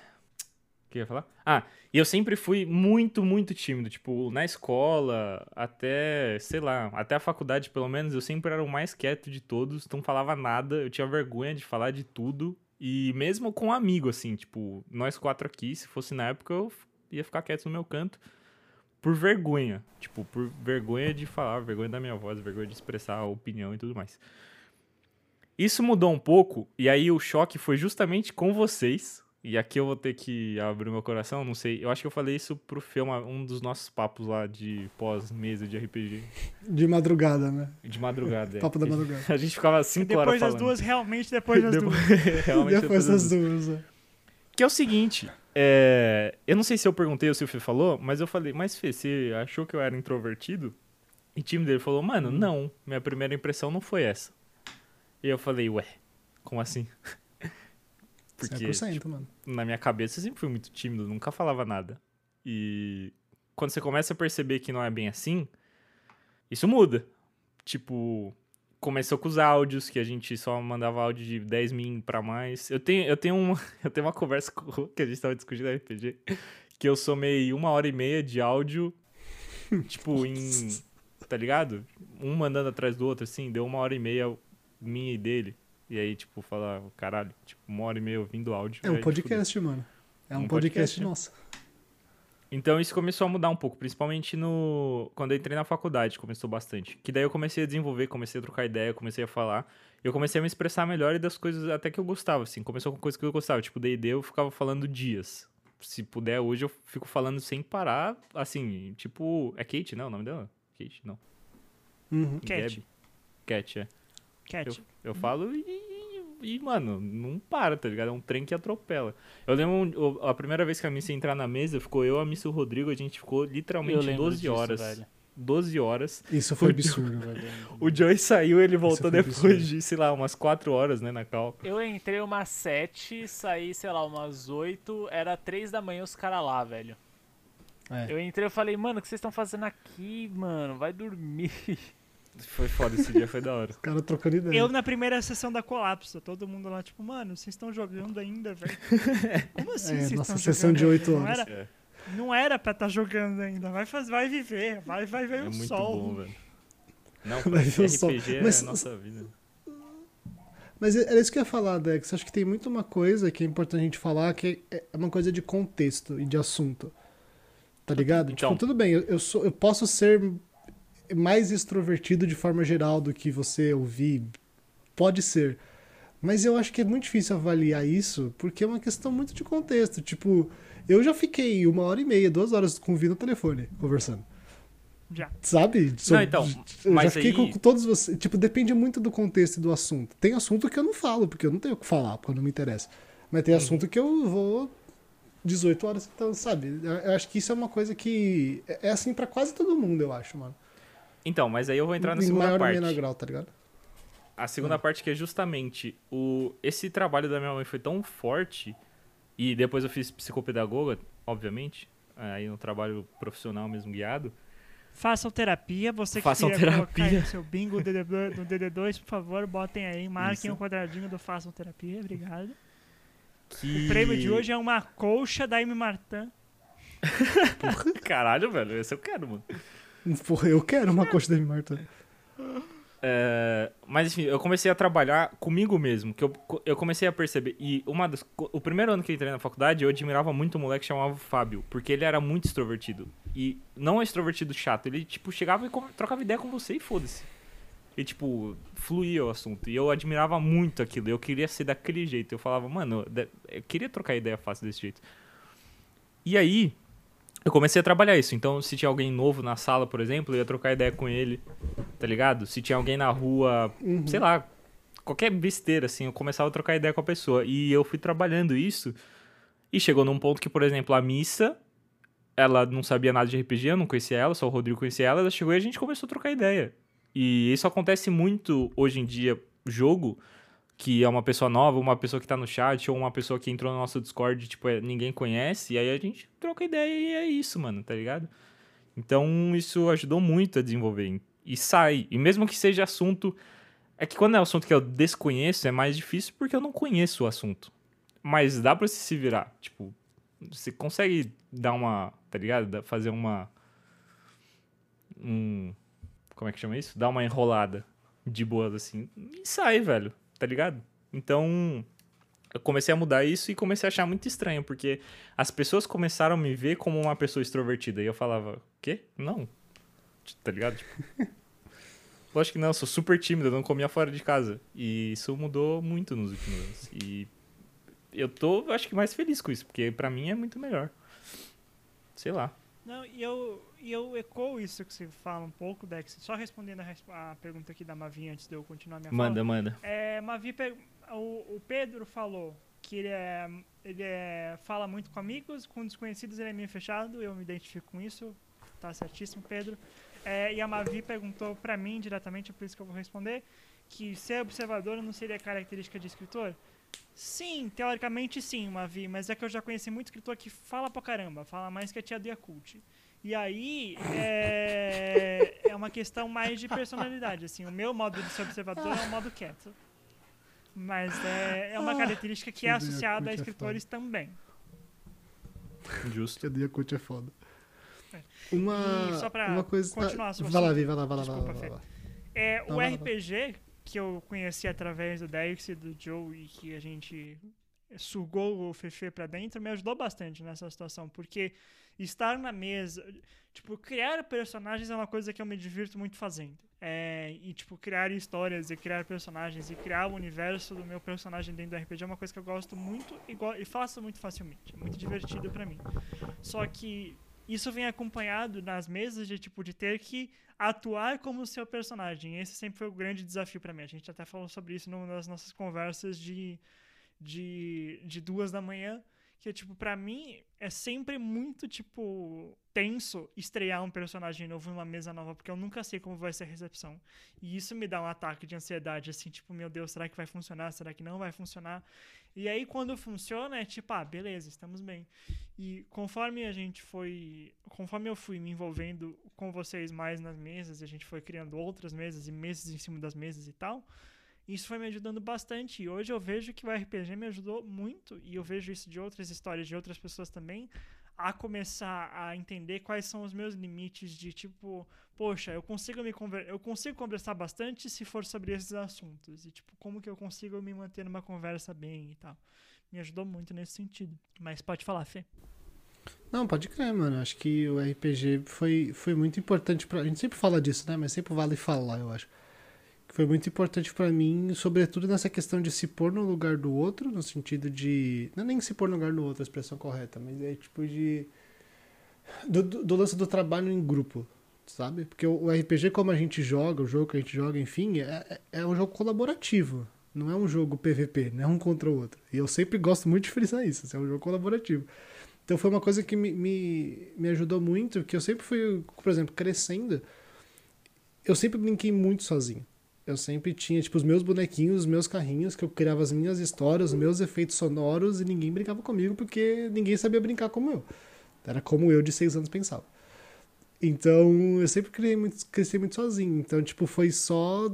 O que eu ia falar? Ah, e eu sempre fui muito, muito tímido. Tipo, na escola, até, sei lá, até a faculdade, pelo menos, eu sempre era o mais quieto de todos. Não falava nada, eu tinha vergonha de falar de tudo. E mesmo com um amigo, assim, tipo, nós quatro aqui, se fosse na época, eu ia ficar quieto no meu canto. Por vergonha. Tipo, por vergonha de falar, vergonha da minha voz, vergonha de expressar a opinião e tudo mais. Isso mudou um pouco, e aí o choque foi justamente com vocês. E aqui eu vou ter que abrir meu coração, não sei. Eu acho que eu falei isso pro Fê, uma, um dos nossos papos lá de pós-mesa de R P G. De madrugada, né? De madrugada, é. Papo da madrugada. A gente ficava cinco depois horas das falando. duas, realmente depois das depois, duas. realmente Depois das duas, é. Que é o seguinte, é... eu não sei se eu perguntei ou se o Fê falou, mas eu falei, mas Fê, você achou que eu era introvertido? E o time dele falou, mano, hum. não, minha primeira impressão não foi essa. E eu falei, ué, como assim? Porque, cem por cento, tipo, mano. na minha cabeça eu sempre fui muito tímido, nunca falava nada. E quando você começa a perceber que não é bem assim, isso muda. Tipo, começou com os áudios, que a gente só mandava áudio de dez min pra mais. Eu tenho, eu tenho, uma, eu tenho uma conversa com, que a gente tava discutindo no R P G, que eu somei uma hora e meia de áudio, tipo, em... Tá ligado? Um mandando atrás do outro, assim, deu uma hora e meia minha e dele. E aí, tipo, falar, caralho, tipo, uma hora e meia ouvindo áudio. É um aí, podcast, tipo, mano. É um, um podcast, podcast, né? nosso. Então isso começou a mudar um pouco, principalmente no quando eu entrei na faculdade, começou bastante. Que daí eu comecei a desenvolver, comecei a trocar ideia, comecei a falar. Eu comecei a me expressar melhor e das coisas até que eu gostava, assim. Começou com coisas que eu gostava, tipo, D e D eu ficava falando dias. Se puder, hoje eu fico falando sem parar, assim, tipo... É Kate, não? O nome dela? Kate, não. Uhum. Cat. Gabi. Cat, é. Cat. Eu, eu falo e, e, mano, não para, tá ligado? É um trem que atropela. Eu lembro, a primeira vez que a Missa ia entrar na mesa, ficou eu, a Missa e o Rodrigo, a gente ficou Eu literalmente lembro doze disso, horas. velho. doze horas. Isso foi absurdo, velho. O Joey saiu, ele voltou foi depois absurdo. de, sei lá, umas quatro horas, né, na cal. Eu entrei umas sete, saí, sei lá, umas oito, era três da manhã os caras lá, velho. É. Eu entrei e falei, mano, o que vocês estão fazendo aqui, mano? Vai dormir. Foi foda, esse dia foi da hora. Os caras trocando ideia. Eu na primeira sessão da Colapso, todo mundo lá, tipo, mano, vocês estão jogando ainda, velho? Como assim É, vocês nossa estão sessão jogando de oito ainda? Não horas. era, É, não era pra estar jogando ainda, vai, faz, vai viver, vai, vai ver é o muito sol. bom, velho. Não, Vai ver o sol. R P G Mas- é a nossa vida. Mas era isso que eu ia falar, Dex. Acho que tem muito uma coisa que é importante a gente falar, que é uma coisa de contexto e de assunto. Tá ligado? Então. Tipo, tudo bem, eu, eu, sou, eu posso ser mais extrovertido de forma geral do que você ouvir. Pode ser. Mas eu acho que é muito difícil avaliar isso, porque é uma questão muito de contexto. Tipo, eu já fiquei uma hora e meia, duas horas com o Vi no telefone, conversando. Já. Sabe? Não, então, eu mas já fiquei aí- com, com todos vocês. Tipo, depende muito do contexto e do assunto. Tem assunto que eu não falo, porque eu não tenho o que falar, porque não me interessa. Mas tem assunto que eu vou dezoito horas, então, sabe? Eu, eu acho que isso é uma coisa que é é assim pra quase todo mundo, eu acho, mano. Então, mas aí eu vou entrar na Em segunda maior ou parte. menor grau, tá ligado? A segunda parte que é justamente o esse trabalho da minha mãe foi tão forte, e depois eu fiz psicopedagoga, obviamente, aí no trabalho profissional mesmo guiado. Façam terapia, você que Façam queria colocar aí terapia. no seu bingo D D dois, no D D dois, por favor, botem aí, marquem o Isso. um quadradinho do Façam Terapia, obrigado. Que... O prêmio de hoje é uma colcha da M. Martin. Caralho, velho, esse eu quero, mano. Porra, eu quero uma coxa da Marta. É, mas enfim, eu comecei a trabalhar comigo mesmo, que eu, eu comecei a perceber. E uma das, o primeiro ano que eu entrei na faculdade, eu admirava muito um moleque que chamava Fábio, porque ele era muito extrovertido. E não é extrovertido chato, ele tipo chegava e com- trocava ideia com você e foda-se. E tipo, fluía o assunto. E eu admirava muito aquilo, eu queria ser daquele jeito. Eu falava, mano, de- eu queria trocar ideia fácil desse jeito. E aí, eu comecei a trabalhar isso. Então, se tinha alguém novo na sala, por exemplo, eu ia trocar ideia com ele, tá ligado? Se tinha alguém na rua, Uhum. sei lá, qualquer besteira, assim, eu começava a trocar ideia com a pessoa. E eu fui trabalhando isso. E chegou num ponto que, por exemplo, a Missa, ela não sabia nada de R P G, eu não conhecia ela, só o Rodrigo conhecia ela. Ela chegou e a gente começou a trocar ideia. E isso acontece muito hoje em dia, jogo, que é uma pessoa nova, uma pessoa que tá no chat, ou uma pessoa que entrou no nosso Discord, tipo, é, ninguém conhece, e aí a gente troca ideia e é isso, mano, tá ligado? Então isso ajudou muito a desenvolver. E sai. E mesmo que seja assunto. É que quando é assunto que eu desconheço, é mais difícil porque eu não conheço o assunto. Mas dá pra você se virar. Tipo, você consegue dar uma. Tá ligado? Dá- Fazer uma. Um. Como é que chama isso? Dar uma enrolada de boas assim. E sai, velho. Tá ligado? Então. Eu comecei a mudar isso e comecei a achar muito estranho, porque as pessoas começaram a me ver como uma pessoa extrovertida. E eu falava, quê? Não. Tá ligado? Tipo, lógico que não, eu sou super tímido, eu não comia fora de casa. E isso mudou muito nos últimos anos. E eu tô, acho que, mais feliz com isso, porque pra mim é muito melhor. Sei lá. Não, e eu, e eu ecoo isso que você fala um pouco, Dex. Só respondendo a, resp- a pergunta aqui da Mavi antes de eu continuar minha Manda, fala. manda. É, Mavi, per- o, o Pedro falou que ele, é, ele é, fala muito com amigos, com desconhecidos ele é meio fechado, eu me identifico com isso. Tá certíssimo, Pedro. É, e a Mavi perguntou pra mim diretamente, é por isso que eu vou responder, que ser observador não seria característica de escritor? Sim, teoricamente sim, Mavi, mas é que eu já conheci muito escritor que fala pra caramba, fala mais que a tia do Yakult. E aí é, é uma questão mais de personalidade, assim, o meu modo de ser observador é um modo quieto. Mas é, é uma característica que é Tia do associada a Yakult é escritores também. Justo. Que a do Yakut é foda. É. Uma, E só pra uma coisa... continuar a ah, sua vai lá, assunto. Vi, vai lá, vai lá. Desculpa, vai lá, Fê. vai lá. É, Não, o vai lá, R P G que eu conheci através do Dex e do Joe e que a gente sugou o Fefe pra dentro me ajudou bastante nessa situação, porque estar na mesa, tipo, criar personagens é uma coisa que eu me divirto muito fazendo. É, e, tipo, criar histórias e criar personagens e criar o universo do meu personagem dentro do R P G é uma coisa que eu gosto muito e, go- e faço muito facilmente. É muito divertido pra mim. Só que isso vem acompanhado nas mesas de, tipo, de ter que atuar como o seu personagem. Esse sempre foi o grande desafio pra mim. A gente até falou sobre isso no- nas nossas conversas de, de, de duas da manhã, que, tipo, pra mim é sempre muito, tipo, tenso estrear um personagem novo numa mesa nova, porque eu nunca sei como vai ser a recepção. E isso me dá um ataque de ansiedade, assim, tipo, meu Deus, será que vai funcionar? Será que não vai funcionar? E aí, quando funciona, é tipo, ah, beleza, estamos bem. E conforme a gente foi... Conforme eu fui me envolvendo com vocês mais nas mesas, e a gente foi criando outras mesas e mesas em cima das mesas e tal, isso foi me ajudando bastante. E hoje eu vejo que o R P G me ajudou muito, e eu vejo isso de outras histórias de outras pessoas também, a começar a entender quais são os meus limites de tipo, poxa, eu consigo me conver- eu consigo conversar bastante se for sobre esses assuntos. E tipo, como que eu consigo me manter numa conversa bem e tal. Me ajudou muito nesse sentido. Mas pode falar, Fê. Não, pode crer, mano. Acho que o R P G foi, foi muito importante pra... A gente sempre fala disso, né? Mas sempre vale falar, eu acho. Foi muito importante pra mim, sobretudo nessa questão de se pôr no lugar do outro, no sentido de... Não é nem se pôr no lugar do outro, a expressão correta, mas é tipo de... Do, do, do lance do trabalho em grupo, sabe? Porque o R P G, como a gente joga, o jogo que a gente joga, enfim, é, é um jogo colaborativo. Não é um jogo P V P, não é um contra o outro. E eu sempre gosto muito de frisar isso, assim, é um jogo colaborativo. Então foi uma coisa que me, me, me ajudou muito, que eu sempre fui, por exemplo, crescendo, eu sempre brinquei muito sozinho. Eu sempre tinha, tipo, os meus bonequinhos, os meus carrinhos, que eu criava as minhas histórias, os meus efeitos sonoros, e ninguém brincava comigo, porque ninguém sabia brincar como eu. Era como eu de seis anos pensava. Então, eu sempre criei muito, cresci muito sozinho. Então, tipo, foi só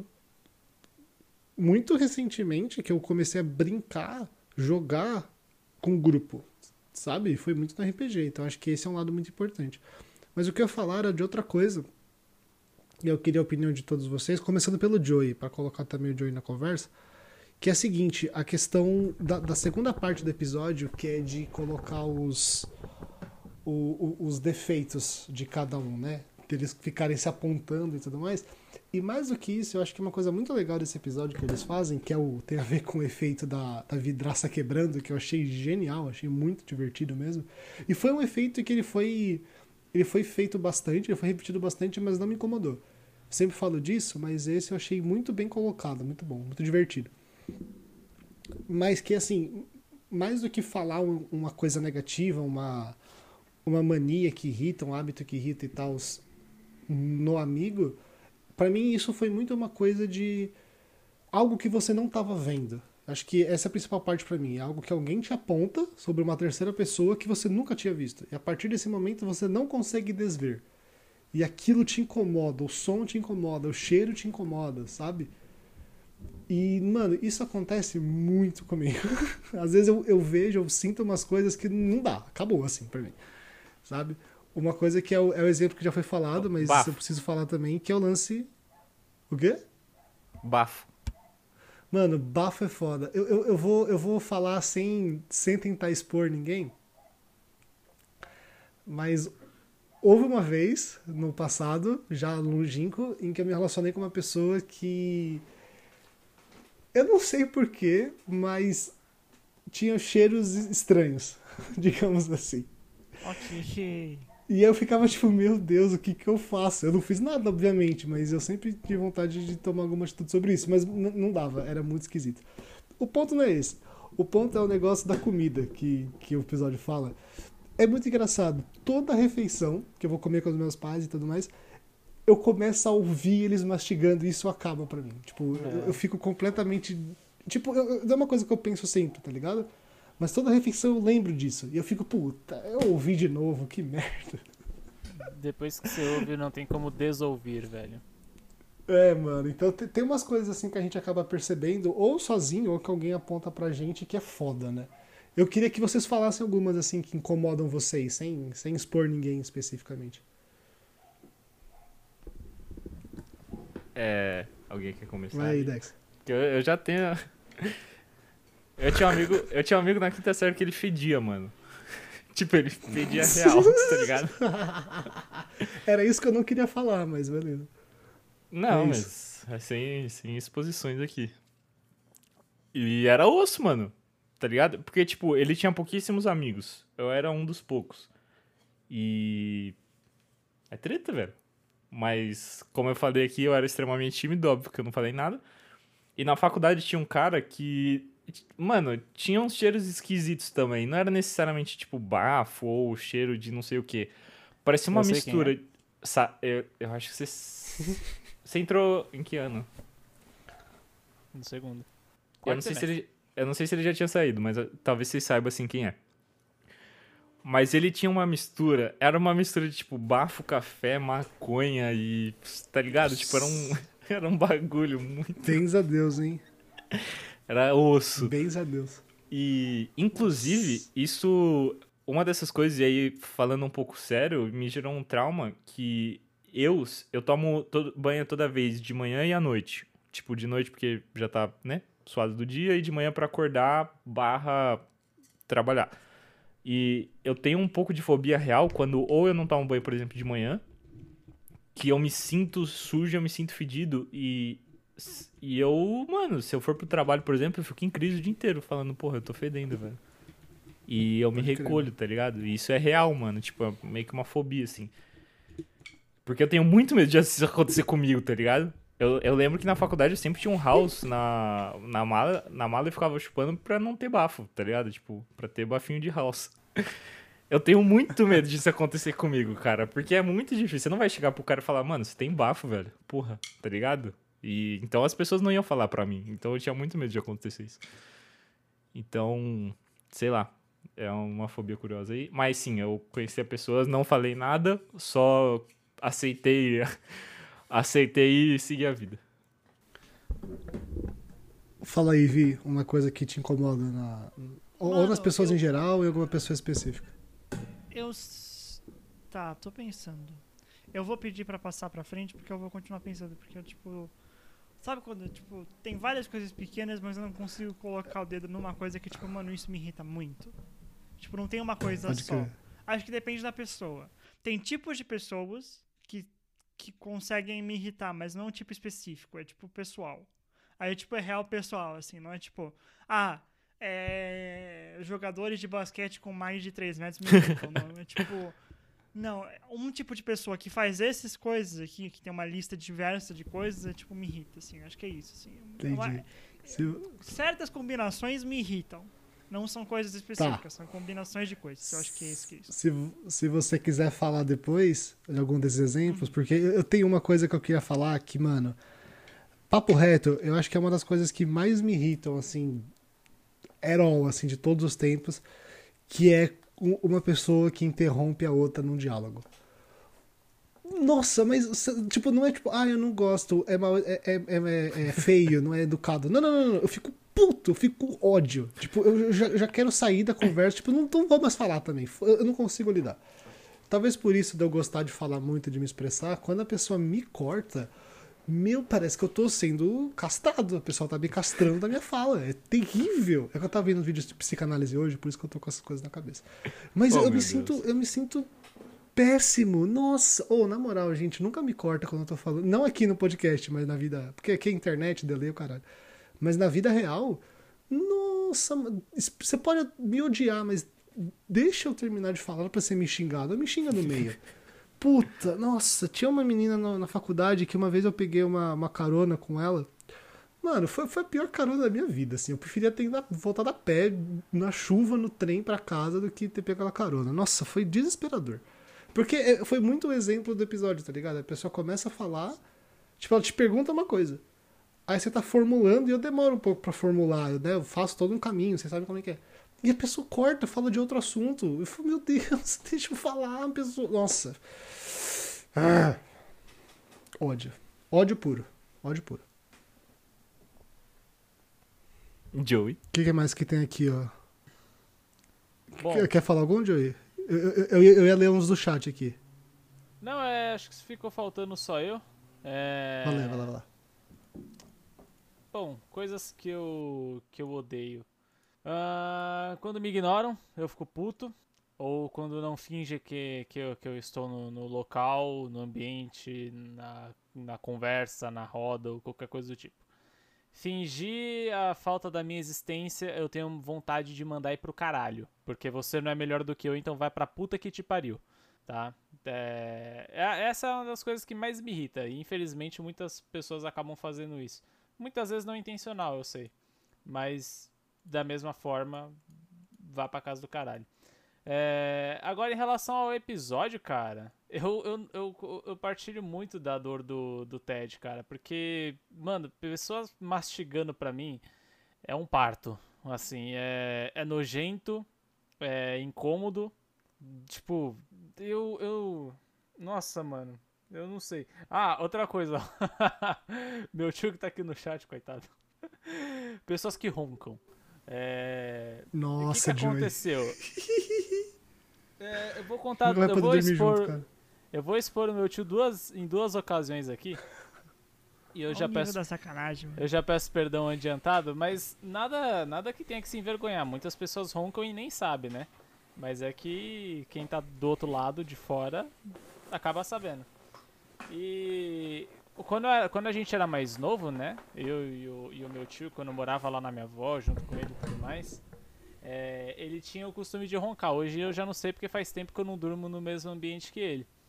muito recentemente que eu comecei a brincar, jogar com grupo, sabe? Foi muito no R P G. Então, acho que esse é um lado muito importante. Mas o que eu ia falar era de outra coisa, e eu queria a opinião de todos vocês, começando pelo Joey, para colocar também o Joey na conversa, que é a seguinte, a questão da, da segunda parte do episódio, que é de colocar os, o, o, os defeitos de cada um, né? De eles ficarem se apontando e tudo mais. E mais do que isso, eu acho que uma coisa muito legal desse episódio que eles fazem, que é o, tem a ver com o efeito da, da vidraça quebrando, que eu achei genial, achei muito divertido mesmo. E foi um efeito que ele foi, ele foi feito bastante, ele foi repetido bastante, mas não me incomodou. Sempre falo disso, mas esse eu achei muito bem colocado, muito bom, muito divertido. Mas que, assim, mais do que falar um, uma coisa negativa, uma, uma mania que irrita, um hábito que irrita e tal no amigo, pra mim isso foi muito uma coisa de algo que você não tava vendo. Acho que essa é a principal parte pra mim, é algo que alguém te aponta sobre uma terceira pessoa que você nunca tinha visto. E a partir desse momento você não consegue desver. E aquilo te incomoda, o som te incomoda, o cheiro te incomoda, sabe? E, mano, isso acontece muito comigo. Às vezes eu, eu vejo, eu sinto umas coisas que não dá, acabou assim pra mim, sabe? Uma coisa que é o, é o exemplo que já foi falado, mas Bafo. eu preciso falar também, que é o lance... O quê? Bafo. Mano, bafo é foda. Eu, eu, eu, vou, eu vou falar sem, sem tentar expor ninguém, mas... Houve uma vez, no passado, já longínquo, em que eu me relacionei com uma pessoa que... Eu não sei porquê, mas tinha cheiros estranhos, digamos assim. Ok. E eu ficava tipo, meu Deus, o que que eu faço? Eu não fiz nada, obviamente, mas eu sempre tive vontade de tomar alguma atitude sobre isso, mas n- não dava, era muito esquisito. O ponto não é esse. O ponto é o negócio da comida, que, que o episódio fala. É muito engraçado. Toda refeição que eu vou comer com os meus pais e tudo mais, eu começo a ouvir eles mastigando e isso acaba pra mim. Tipo, É. eu, eu fico completamente... Tipo, eu, eu, é uma coisa que eu penso sempre, tá ligado? Mas toda refeição eu lembro disso. E eu fico, puta, eu ouvi de novo, que merda. Depois que você ouve, não tem como desouvir, velho. É, mano. Então te- tem umas coisas assim que a gente acaba percebendo, ou sozinho, ou que alguém aponta pra gente, que é foda, né? Eu queria que vocês falassem algumas assim que incomodam vocês, sem, sem expor ninguém especificamente. É. Alguém quer começar? Vai aí, Dex. Eu, eu já tenho. Eu tinha um amigo. Eu tinha um amigo na quinta série que ele fedia, mano. Tipo, ele fedia real, tá ligado? Era isso que eu não queria falar, mas beleza. Não, É mas é sem, sem exposições aqui. E era osso, mano. Tá ligado? Porque, tipo, ele tinha pouquíssimos amigos. Eu era um dos poucos. E. É treta, velho. Mas, como eu falei aqui, eu era extremamente tímido, óbvio que eu não falei nada. E na faculdade tinha um cara que. Mano, tinha uns cheiros esquisitos também. Não era necessariamente, tipo, bafo ou cheiro de não sei o quê. Parecia uma Eu sei quem mistura. Sa- Eu, eu acho que você. Você entrou em que ano? No segundo. Eu Quarto não, sei se semestre. ele, eu não sei se ele já tinha saído, mas uh, talvez você saiba assim quem é. Mas ele tinha uma mistura, era uma mistura de tipo bafo, café, maconha e. Tá ligado? Tipo, era um, era um bagulho muito. Bens a Deus, hein? Era osso. Bens a Deus. E, inclusive, isso. Uma dessas coisas, e aí falando um pouco sério, me gerou um trauma que eu, eu tomo todo, banho toda vez, de manhã e à noite. Tipo, de noite porque já tá, né, suado do dia, e de manhã pra acordar barra trabalhar. E eu tenho um pouco de fobia real quando ou eu não tomo banho, por exemplo, de manhã, que eu me sinto sujo, eu me sinto fedido, e, e eu, mano, se eu for pro trabalho, por exemplo, eu fico em crise o dia inteiro, falando, porra, eu tô fedendo, velho. E eu me Pode crer. recolho, tá ligado? E isso é real, mano, tipo, é meio que uma fobia, assim. Porque eu tenho muito medo de isso acontecer comigo, tá ligado? Eu, eu lembro que na faculdade eu sempre tinha um house na, na, mala, na mala e ficava chupando pra não ter bafo, tá ligado? Tipo, pra ter bafinho de house. Eu tenho muito medo disso acontecer comigo, cara, porque é muito difícil. Você não vai chegar pro cara e falar, mano, você tem bafo, velho. Porra, tá ligado? E então as pessoas não iam falar pra mim. Então eu tinha muito medo de acontecer isso. Então, sei lá. É uma fobia curiosa aí. Mas sim, eu conheci a pessoas, não falei nada, só aceitei, aceitei e segui a vida. Fala aí, Vi, uma coisa que te incomoda na... ou, ou Mano, nas pessoas eu- em geral ou em alguma pessoa específica. Eu. s- Tá, tô pensando. Eu vou pedir pra passar pra frente porque eu vou continuar pensando. Porque eu, tipo. Sabe quando, tipo, tem várias coisas pequenas, mas eu não consigo colocar o dedo numa coisa que, tipo, mano, isso me irrita muito. Tipo, não tem uma coisa Pode só. crer. Acho que depende da pessoa. Tem tipos de pessoas que, que conseguem me irritar, mas não é um tipo específico, é tipo pessoal. Aí, tipo, é real pessoal, assim, não é tipo, ah, é, jogadores de basquete com mais de três metros me irritam. Não, é tipo, não, é um tipo de pessoa que faz essas coisas aqui, que tem uma lista diversa de coisas, é tipo, me irrita, assim, acho que é isso, assim. Entendi. Uma- Se- certas combinações me irritam. Não são coisas específicas, são combinações de coisas. Eu acho que é isso que é isso. Se, se você quiser falar depois de algum desses exemplos, porque eu eu tenho uma coisa que eu queria falar que, mano, papo reto, eu acho que é uma das coisas que mais me irritam, assim, at all, assim, de todos os tempos, que é u- uma pessoa que interrompe a outra num diálogo. Nossa, mas, cê- tipo, não é tipo, ah, eu não gosto, é, mal, é, é, é, é feio, não é educado. Não, não, não, não, eu fico puto, eu fico com ódio. Tipo, eu já, já quero sair da conversa, tipo, não, não vou mais falar também, eu eu não consigo lidar. Talvez por isso de eu gostar de falar muito, de me expressar, quando a pessoa me corta, meu, parece que eu tô sendo castrado, a pessoa tá me castrando da minha fala, é terrível. É que eu tava vendo vídeos de psicanálise hoje, por isso que eu tô com essas coisas na cabeça. Mas Oh, eu meu me Deus. sinto, eu me sinto péssimo. Nossa, ou na moral, gente, nunca me corta quando eu tô falando, não aqui no podcast, mas na vida, porque aqui é internet, delay, o caralho. Mas na vida real, nossa, mano, você pode me odiar, mas deixa eu terminar de falar pra você me xingar. Não me xinga no meio. Puta, nossa, tinha uma menina na, na faculdade que uma vez eu peguei uma, uma carona com ela. Mano, foi, foi a pior carona da minha vida, assim. Eu preferia ter ido a- voltado a pé, na chuva, no trem pra casa, do que ter pego aquela carona. Nossa, foi desesperador. Porque é, foi muito o exemplo do episódio, tá ligado? A pessoa começa a falar, tipo, ela te pergunta uma coisa. Aí você tá formulando e eu demoro um pouco pra formular, né? Eu faço todo um caminho, você sabe como é que é. E a pessoa corta, fala de outro assunto. Eu falo, meu Deus, deixa eu falar, a pessoa. Nossa. Ah. Ódio. Ódio puro. Ódio puro. Joey. O que, que mais que tem aqui, ó? Bom, Quer- Quer falar algum, Joey? Eu, eu, eu, ia- eu ia ler uns do chat aqui. não, é, acho que ficou faltando só eu. É... Vai lá, vai lá, vai lá. Bom, coisas que eu, que eu odeio. Ah, quando me ignoram, eu fico puto. Ou quando não finge que, que, eu, que eu estou no, no local, no ambiente, na, na conversa, na roda ou qualquer coisa do tipo. Fingir a falta da minha existência, eu tenho vontade de mandar ir pro caralho. Porque você não é melhor do que eu, então vai pra puta que te pariu. Tá? É, é- essa é uma das coisas que mais me irrita. E infelizmente muitas pessoas acabam fazendo isso. Muitas vezes não intencional, eu sei. Mas da mesma forma, vá pra casa do caralho. É, agora, em relação ao episódio, cara, eu, eu, eu, eu partilho muito da dor do, do Ted, cara. Porque, mano, pessoas mastigando pra mim é um parto. Assim, é, é nojento, é incômodo. Tipo, eu, eu. Nossa, mano. Eu não sei. Ah, outra coisa. Meu tio que tá aqui no chat, coitado. Pessoas que roncam. É... Nossa, o que, que Joey. aconteceu? É, eu vou contar. Não vai Eu poder vou dormir expor. junto, cara. Eu vou expor o meu tio duas, em duas ocasiões aqui. E eu Olha já o nível peço. da sacanagem, mano. Eu já peço perdão adiantado, mas nada, nada que tenha que se envergonhar. Muitas pessoas roncam e nem sabem, né? Mas é que quem tá do outro lado, de fora, acaba sabendo. E quando, a- quando a gente era mais novo, né? Eu e o, e o meu tio, quando eu morava lá na minha avó, junto com ele e tudo mais, é, ele tinha o costume de roncar. Hoje eu já não sei porque faz tempo que eu não durmo no mesmo ambiente que ele.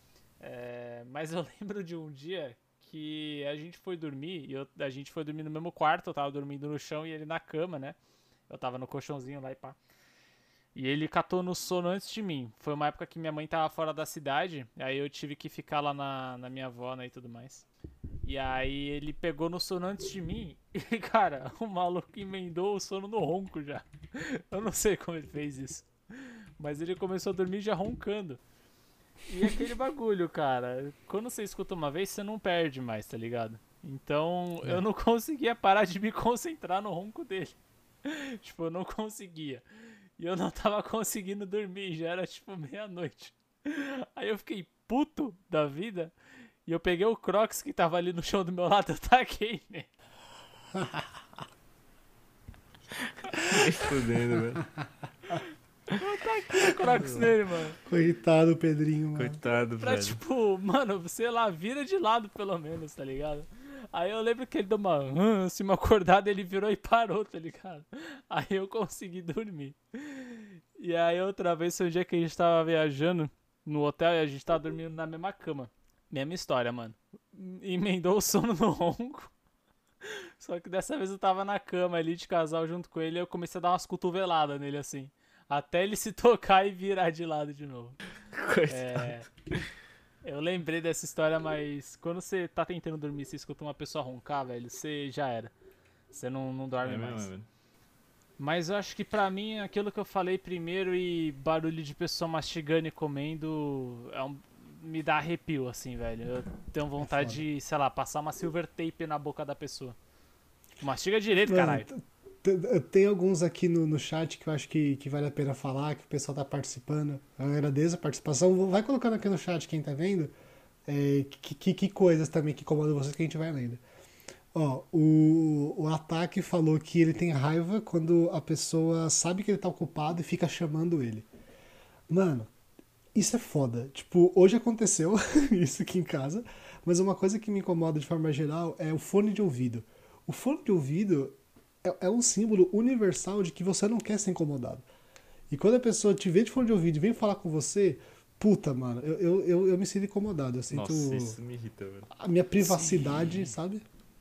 É, mas eu lembro de um dia que a gente foi dormir, e eu, a gente foi dormir no mesmo quarto, eu tava dormindo no chão e ele na cama, né? Eu tava no colchãozinho lá e pá. E ele catou no sono antes de mim. Foi uma época que minha mãe tava fora da cidade, aí eu tive que ficar lá na, na minha avó, né, e tudo mais. E aí ele pegou no sono antes de mim e, cara, o maluco emendou o sono no ronco já. Eu não sei como ele fez isso. Mas ele começou a dormir já roncando. E aquele bagulho, cara, quando você escuta uma vez, você não perde mais, tá ligado? Então é. eu não conseguia parar de me concentrar no ronco dele. Tipo, eu não conseguia. E eu não tava conseguindo dormir, já era tipo meia-noite. Aí eu fiquei puto da vida e eu peguei o Crocs que tava ali no chão do meu lado e eu taquei nele. Nem fudendo, velho. Eu taquei o Crocs nele, mano. Coitado, Pedrinho, mano. Coitado, pra, velho. Tipo, mano, sei lá, vira de lado pelo menos, tá ligado? Aí eu lembro que ele deu uma, hum, assim, uma acordada, ele virou e parou, tá ligado? Aí eu consegui dormir. E aí outra vez foi um dia que a gente tava viajando no hotel e a gente tava dormindo na mesma cama. Mesma história, mano. Emendou o sono no ronco. Só que dessa vez eu tava na cama ali de casal junto com ele e eu comecei a dar umas cotoveladas nele assim. Até ele se tocar e virar de lado de novo. Coitado. É... Eu lembrei dessa história, mas quando você tá tentando dormir, você escuta uma pessoa roncar, velho, você já era. Você não, não dorme É mais. mesmo, velho. Mas eu acho que pra mim, aquilo que eu falei primeiro e barulho de pessoa mastigando e comendo é um, me dá arrepio, assim, velho. Eu tenho vontade de, sei lá, passar uma silver tape na boca da pessoa. Mastiga direito, Mano, caralho. t- t- Tem alguns aqui no, no chat que eu acho que, que vale a pena falar, que o pessoal tá participando. Eu agradeço a participação. Vai colocando aqui no chat quem tá vendo. É, que, que, que coisas também que incomodam vocês que a gente vai lendo. Ó, o, o Ataque falou que ele tem raiva quando a pessoa sabe que ele tá ocupado e fica chamando ele. Mano, isso é foda. Tipo, hoje aconteceu isso aqui em casa, mas uma coisa que me incomoda de forma geral é o fone de ouvido. O fone de ouvido é, é um símbolo universal de que você não quer ser incomodado. E quando a pessoa te vê de fone de ouvido e vem falar com você, puta, mano, eu, eu, eu, eu me sinto incomodado. Eu sinto Nossa, isso me irrita, velho. a minha privacidade, Sim. sabe?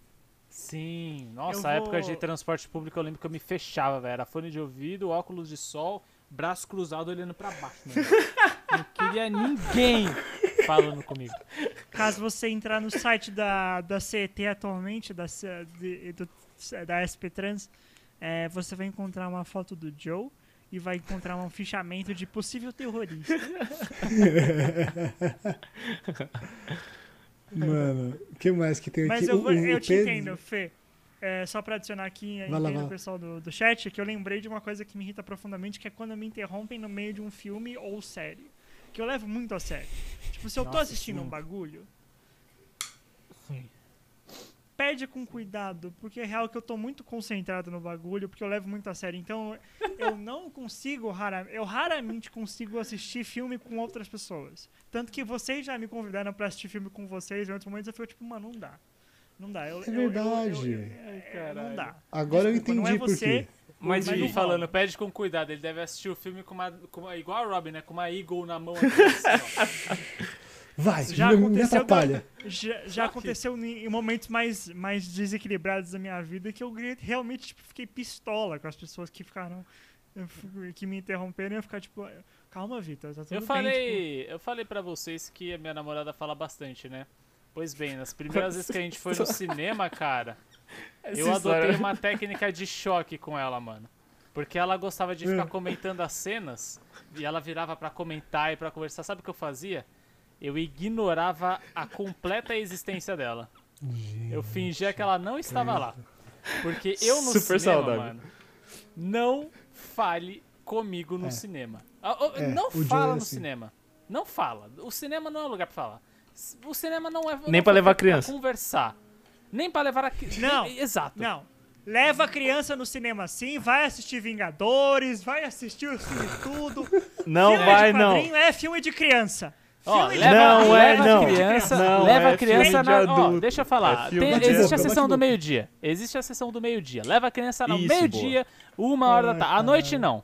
Sim, nossa, Eu a vou- época de transporte público eu lembro que eu me fechava, velho. Era fone de ouvido, óculos de sol, braço cruzado olhando pra baixo, mano. Não queria ninguém falando comigo. Caso você entrar no site da, da C E T atualmente, da, C- de- do- da S P Trans, é, você vai encontrar uma foto do Joe e vai encontrar um fichamento de possível terrorista. Mano, o que mais que tem Mas aqui? eu, O- vou- o- eu o te Pedro- entendo, Fê. É, só pra adicionar aqui, Vai lá, entendo vai o lá. pessoal do, do chat, que eu lembrei de uma coisa que me irrita profundamente, que é quando me interrompem no meio de um filme ou série. Que eu levo muito a sério. Tipo, se eu tô Nossa, assistindo sim. um bagulho, Sim. pede com cuidado, porque é real que eu tô muito concentrado no bagulho, porque eu levo muito a sério. Então, eu não consigo, rara, eu raramente consigo assistir filme com outras pessoas. Tanto que vocês já me convidaram pra assistir filme com vocês, em outros momentos eu fico tipo, mano, não dá. Não dá. Eu, É eu- eu- verdade. eu- eu- é, não dá. Agora Desculpa, eu não entendi é por você, quê. Mas, Mas e não falando, rola. pede com cuidado, ele deve assistir o filme com uma, com uma igual a Robin, né? Com uma eagle na mão. Assim, Vai, Já me, me aconteceu atrapalha. Já, já aconteceu em em momentos mais, mais desequilibrados da minha vida que eu gri- realmente tipo, fiquei pistola com as pessoas que ficaram. eu fico- que me interromperam e eu ficar tipo, calma, Vitor, tá tudo eu bem. falei, eu falei pra vocês que a minha namorada fala bastante, né? Pois bem, nas primeiras vezes que a gente foi no cinema, cara, eu adotei uma técnica de choque com ela, mano. Porque ela gostava de ficar comentando as cenas e ela virava pra comentar e pra conversar. Sabe o que eu fazia? Eu ignorava a completa existência dela. Eu fingia que ela não estava lá. Porque eu no Super cinema, saudável. mano, não fale comigo no É. cinema. Ah, oh, É, não o Joe fala é no assim. cinema. Não fala. O cinema não é lugar pra falar. O cinema não é... Nem não pra foi levar feito criança. conversar. Nem pra levar a criança. Não. Exato. Não. Leva a criança no cinema sim, vai assistir Vingadores, vai assistir o filme tudo. Não filme vai, de não. quadrinho é filme de criança. Ó, Filme de leva, Não, é, leva não. a criança, Não, leva é a criança filme de na... Ó, adulto. deixa eu falar. É filme Tem- de existe a adulto. sessão do Bate meio-dia. Existe a sessão do meio-dia. Leva a criança no Isso, meio-dia, uma hora da Ai, tarde. À noite não.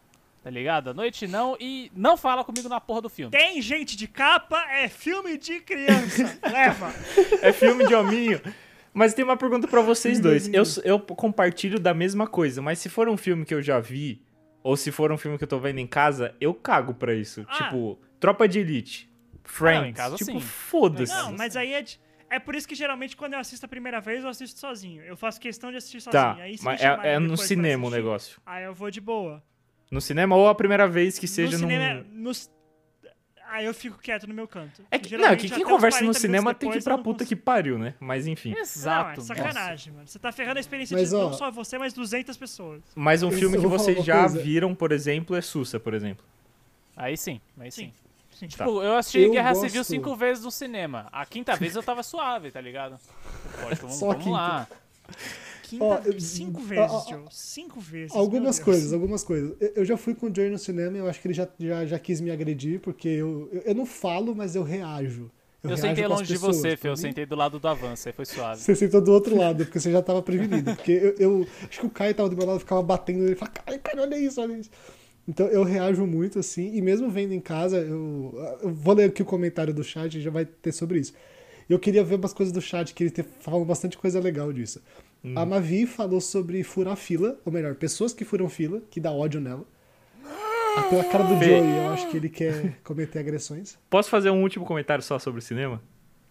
tá ligado? À noite não, e não fala comigo na porra do filme. Tem gente de capa, é filme de criança. Leva. É filme de hominho. Mas tem uma pergunta pra vocês dois. Eu, eu compartilho da mesma coisa, mas se for um filme que eu já vi, ou se for um filme que eu tô vendo em casa, eu cago pra isso. Ah. Tipo, Tropa de Elite, Friends, Ah, não, em casa tipo, sim. foda-se. Não, mas aí é... De... É por isso que geralmente quando eu assisto a primeira vez, eu assisto sozinho. Eu faço questão de assistir Tá, sozinho. Aí, se mas me chamarem é, é no depois pra cinema o assistir, negócio. Aí eu vou de boa. No cinema ou a primeira vez que seja no num... cinema, nos... Aí eu fico quieto no meu canto. É que, não, Geralmente, que quem até uns conversa no quarenta cinema minutos tem que ir depois, pra eu não puta consigo. que pariu, né? Mas enfim. Exato. Não, é sacanagem, mano. Você tá ferrando a experiência Mas, de ó, não só você, mas duzentas pessoas. Mas um Eu- filme eu que vou falar vocês uma já coisa. viram, por exemplo, é Sussa, por exemplo. Aí sim, aí sim. Sim. Sim. Tipo, eu assisti Eu Guerra gosto- Civil cinco vezes no cinema. A quinta vez eu tava suave, tá ligado? Pode, vamos, Só a vamos lá. Quinta, Ó, eu- cinco ó, vezes, ó, Joe. Cinco vezes. Algumas meu Deus. coisas, algumas coisas. Eu, eu já fui com o Joey no cinema e eu acho que ele já, já, já quis me agredir, porque eu, eu, eu não falo, mas eu reajo. Eu, reajo sentei com as longe de pessoas. você, Fê. Pra Eu mim, sentei do lado do avanço, aí foi suave. Você sentou do outro lado, porque você já tava prevenido. Porque eu, eu- acho que o Caio tava do meu lado, ficava batendo nele e falava, Caio, Caio, olha isso, olha isso. Então eu reajo muito assim, e mesmo vendo em casa, eu, eu vou ler aqui o comentário do chat, já vai ter sobre isso. Eu queria ver umas coisas do chat, que ele te- falando bastante coisa legal disso. A Mavi falou sobre furar fila, ou melhor, pessoas que furam fila, que dá ódio nela. Ah, pela cara do Fê. Joey, eu acho que ele quer cometer agressões. Posso fazer um último comentário só sobre o cinema?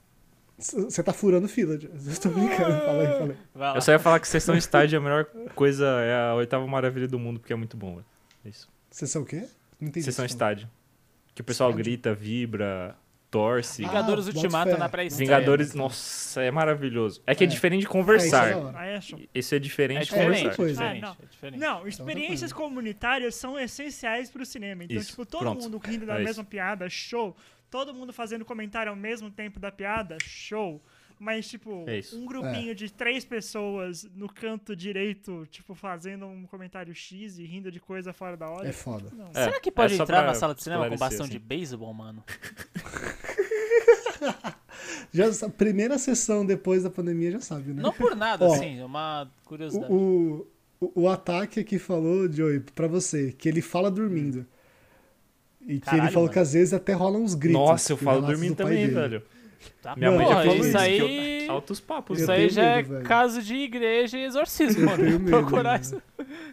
Você tá furando fila, Joey. Eu tô brincando, fala aí, fala aí. Vai lá. Eu só ia falar que Sessão Estádio é a melhor coisa, é a oitava maravilha do mundo, porque é muito bom, velho. É isso. Vocês são o quê? Não entendi. Sessão isso, não. Estádio. Que o pessoal Estádio? grita, vibra, torce. Ah, Vingadores bota Ultimato fé. na pré-estreia. Vingadores, nossa, é maravilhoso. É que é, É. diferente de É, isso é conversar. da hora. Aí é show. Isso é diferente É de diferente, conversar. é coisa. diferente, Ah, não. é diferente. Não, experiências comunitárias são essenciais pro cinema. Então, Isso, tipo, todo pronto. mundo rindo da É mesma isso. piada, show. Todo mundo fazendo comentário ao mesmo tempo da piada, show. Mas, tipo, É isso. um grupinho de três pessoas no canto direito, tipo, fazendo um comentário X e rindo de coisa fora da hora. É foda. Não. É, Será que pode é só entrar pra na sala de cinema com esclarecer, bastão assim. de beisebol, mano? Já, a primeira sessão depois da pandemia já sabe, né? Não por nada, Ó, assim, é uma curiosidade. O, o, o ataque aqui falou, Joey, pra você, que ele fala dormindo. E que Caralho, ele falou mano. que às vezes até rola uns gritos. Nossa, eu que falo relatos dormindo do pai também, dele. velho. Tá? Minha mãe Porra, já falou isso isso. aí... que eu- Altos papos. Isso Eu aí tenho já é medo, velho. caso de igreja e exorcismo, Eu mano. tenho medo, Procurar mano. isso.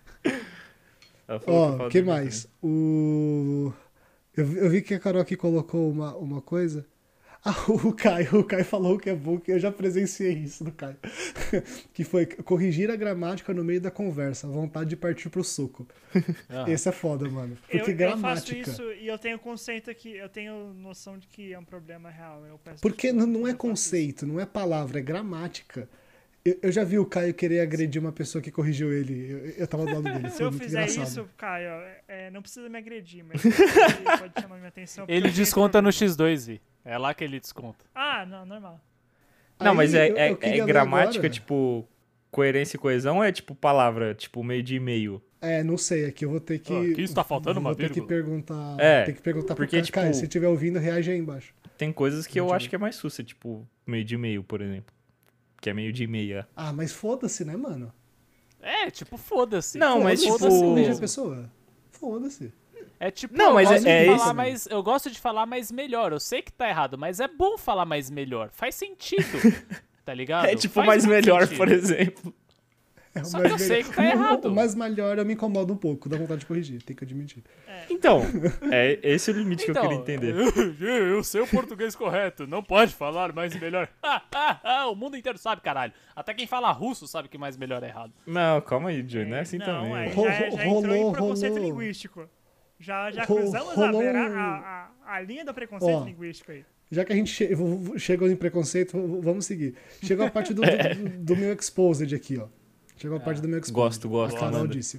Ela falou eu Ó, falo o que dormindo mais? O... Eu, vi- eu vi que a Carol aqui colocou uma, uma coisa. Ah, o Caio, o Caio falou que é bom, que eu já presenciei isso do Caio. Que foi corrigir a gramática no meio da conversa, vontade de partir pro suco. Ah. Esse é foda, mano. Eu, Porque eu faço gramática. isso e eu tenho conceito aqui, eu tenho noção de que é um problema real. Eu peço Porque desculpa, não, não é eu faço isso. conceito, não é palavra, é gramática. Eu, eu já vi o Caio querer agredir uma pessoa que corrigiu ele. Eu, eu tava do lado dele. Se Foi eu muito fizer engraçado. isso, Caio, é, não precisa me agredir, mas pode, pode chamar minha atenção. porque Ele eu tenho desconta no problema. X dois, Vi. É lá que ele desconta. Ah, não, normal. Não, Aí, mas é, eu- é, eu queria é ler gramática, agora. tipo, coerência e coesão, ou é tipo palavra, tipo meio de e-mail? É, não sei, aqui eu vou ter que. Ó, aqui está faltando uma vou ter que vírgula. perguntar. É, tem que perguntar porque, pro Caio. tipo- Se estiver ouvindo, reage aí embaixo. Tem coisas que eu Entendi. acho que é mais sussa, tipo, meio de e-mail, por exemplo. Que é meio de e-mail. Ah, mas foda-se, né, mano? É, tipo, foda-se. Não, mas, Foda-se, tipo- foda-se, beija a pessoa. Foda-se. É tipo, Não, eu mas gosto é- é de isso, falar né? mais, eu gosto de falar mais melhor. Eu sei que tá errado, mas é bom falar mais melhor. Faz sentido. Tá ligado? É tipo Faz mais muito melhor, sentido. por exemplo. É o Só mais que eu melhor. sei que tá O- o- errado. O mais melhor eu me incomoda um pouco, dá vontade de corrigir, tem que admitir. Então, é esse o limite Então, que eu queria entender. Eu, eu sei o português correto, não pode falar mais melhor. O mundo inteiro sabe, caralho. Até quem fala russo sabe que mais melhor é errado. Não, calma aí, Joey, não é assim não, também. é, velho. Ro- já, já entrou rolou, em preconceito rolou. linguístico. Já, já Ro- cruzamos a, rolou beira- um- a, a, a linha do preconceito Ó. linguístico aí. Já que a gente che- v- v- chegou em preconceito, v- vamos seguir. Chegou a parte do, do, do meu exposed aqui, ó. Chegou a parte do meu exposed. Gosto, gosto, A Carol manda. disse.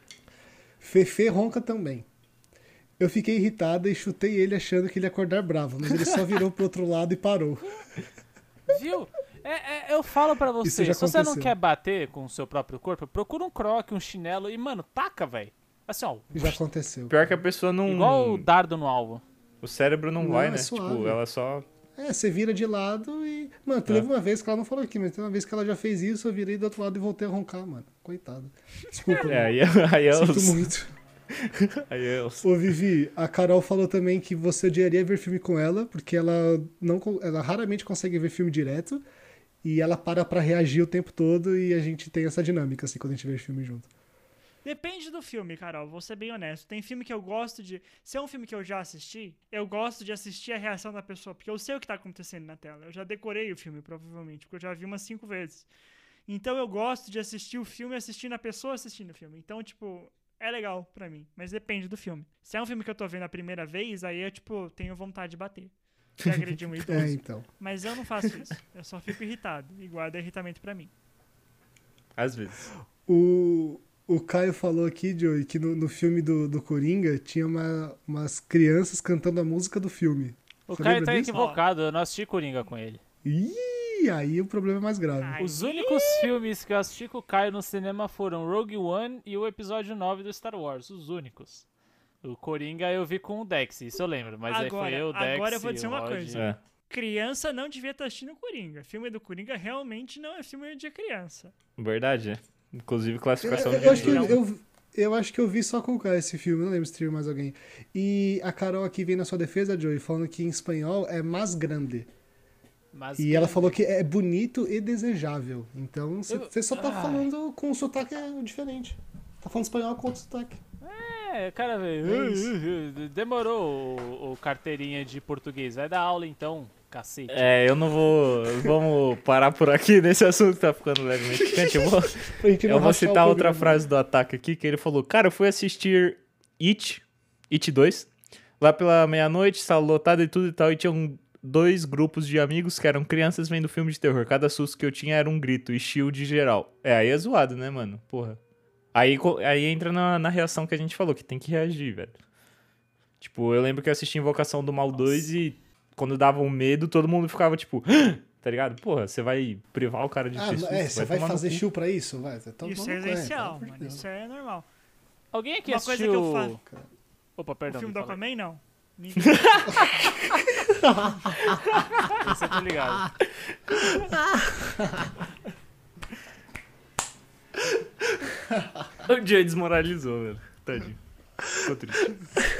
Fefe ronca também. Eu fiquei irritada e chutei ele achando que ele ia acordar bravo, mas ele só virou pro outro lado e parou. Viu? É, é, eu falo pra Isso você, já se você não aconteceu. quer bater com o seu próprio corpo, procura um croque, um chinelo e, mano, taca, velho. Assim, ó, Já aconteceu. Pior que a pessoa não... igual o dardo no alvo. O cérebro não, Não, vai, é né? suave. Tipo, ela só... É, você vira de lado e. Mano, teve uma vez que ela não falou aqui, mas teve uma vez que ela já fez isso, eu virei do outro lado e voltei a roncar, mano. Coitado. Desculpa, É, mano. aí, é- aí é Sinto os... muito. Aí eu... Ô, Vivi, a Carol falou também que você odiaria ver filme com ela, porque ela, não, con- ela raramente consegue ver filme direto, e ela para pra reagir o tempo todo, e a gente tem essa dinâmica, assim, quando a gente vê filme junto. Depende do filme, Carol. Vou ser bem honesto. Tem filme que eu gosto de... Se é um filme que eu já assisti, eu gosto de assistir a reação da pessoa, porque eu sei o que tá acontecendo na tela. Eu já decorei o filme, provavelmente, porque eu já vi umas cinco vezes. Então eu gosto de assistir o filme assistindo a pessoa assistindo o filme. Então, tipo, é legal pra mim. Mas depende do filme. Se é um filme que eu tô vendo a primeira vez, aí eu, tipo, tenho vontade de bater. De agredir um idoso. É, então. Mas eu não faço isso. Eu só fico irritado. E guardo irritamento pra mim. Às vezes. O, o Caio falou aqui, Joey, que no, no filme do, do Coringa tinha uma, umas crianças cantando a música do filme. O Você Caio lembra tá disso? equivocado, eu não assisti Coringa com ele. Ih, aí o problema é mais grave. Ai. Os únicos filmes que eu assisti com o Caio no cinema foram Rogue One e o episódio nove do Star Wars, os únicos. O Coringa eu vi com o Dex, isso eu lembro, mas aí Agora- foi eu, o Dex agora eu vou e dizer o uma Rod. coisa. É. Criança não devia estar assistindo Coringa. Filme do Coringa realmente não é filme de criança. Verdade, é. Inclusive Eu, classificação eu de acho que eu, dezoito. eu, eu acho que eu vi só com o Caio esse filme, não lembro se teve mais alguém. E a Carol aqui vem na sua defesa, Joey, falando que em espanhol é mais grande. Mas E ela falou que é bonito e desejável. Então Eu- você só tá Ai. falando com um sotaque diferente. Tá falando espanhol com outro sotaque. É, cara, velho. É isso. Demorou o, o carteirinha de português. Vai dar aula então, cacete. É, eu não vou... Vamos parar por aqui nesse assunto que tá ficando levemente picante. Eu vou, Pra gente não eu vou rachar o citar outra programa. frase do Ataque aqui, que ele falou: cara, eu fui assistir It, It dois, lá pela meia-noite, sala lotada e tudo e tal, e tinham dois grupos de amigos que eram crianças vendo filme de terror. Cada susto que eu tinha era um grito, e shield geral. É, aí é zoado, né, mano? Porra. Aí, co- aí entra na, na reação que a gente falou, que tem que reagir, velho. Tipo, eu lembro que eu assisti Invocação do Mal dois e quando dava um medo, todo mundo ficava tipo, tá ligado? Porra, você vai privar o cara de Ah, ter susto, é, você vai tomar no fazer cu. show pra isso? Vai, tá isso tomando é conta, essencial, pelo amor de mano. Deus. Isso é normal. Alguém aqui Uma coisa assistiu... que eu faço. Opa, perdão. O filme me do fala. Aquaman, não. Ninguém. Esse eu tô ligado. O Jay desmoralizou, velho. Tadinho. Ficou triste.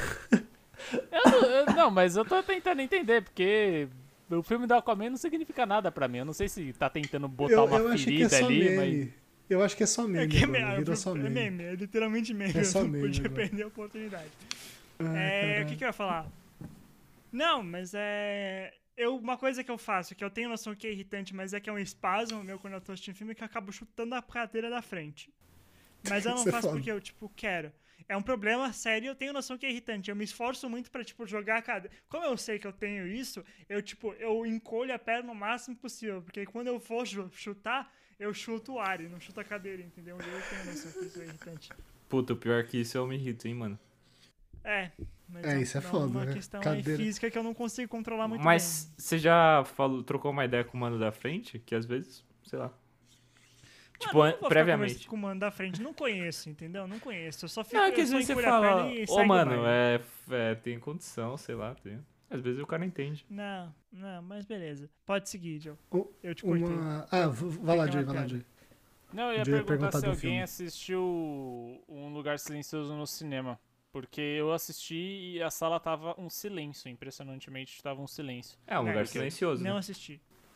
Eu não, eu- não, mas eu tô tentando entender, porque o filme do Aquaman não significa nada pra mim. Eu não sei se tá tentando botar Eu, uma eu acho que é ferida só ali, meme. mas... Eu acho que é só É meme, que é, agora, meme, virou é, só é meme. meme, é literalmente meme. É só eu não meme podia agora. perder a oportunidade. Ai, É, o caralho. que, que eu ia falar? Não, mas é. Eu, uma coisa que eu faço, que eu tenho noção que é irritante, mas é que é um espasmo meu quando eu tô assistindo filme, que eu acabo chutando a cadeira da frente. Mas eu não Isso é faço foda. porque eu, tipo, quero. É um problema sério, eu tenho noção que é irritante. Eu me esforço muito pra, tipo, jogar a cadeira. Como eu sei que eu tenho isso, eu, tipo, eu encolho a perna o máximo possível. Porque quando eu for chu- chutar, eu chuto o ar e não chuto a cadeira, entendeu? Eu tenho noção que isso é irritante. Puta, o pior que isso eu me irrito, hein, mano. É, mas É, isso é uma- foda, uma né? questão aí Cadeira. física que eu não consigo controlar muito Mas você já falou, trocou uma ideia com o mano da frente? Que às vezes, sei lá. bem. Tipo, Mano, eu an- não vou ficar previamente. conversando com o mano da frente, não conheço, entendeu? Não conheço, eu só fico... Não, é eu que às só vezes você encolho a fala, perna e ô segue o mano, baile. é, é, tem condição, sei lá. Tem. Às vezes o cara entende. Não, não, mas beleza. Pode seguir, Joe. U- Eu te cortei. Uma... Ah, v- vai lá, Pequena Joey, vai lá, piada. Joey. Não, eu ia Eu ia perguntar, perguntar se do alguém filme. assistiu Um Lugar Silencioso no cinema. Porque eu assisti e a sala tava um silêncio, impressionantemente tava um silêncio. É um É, lugar porque silencioso. Não Né? assisti.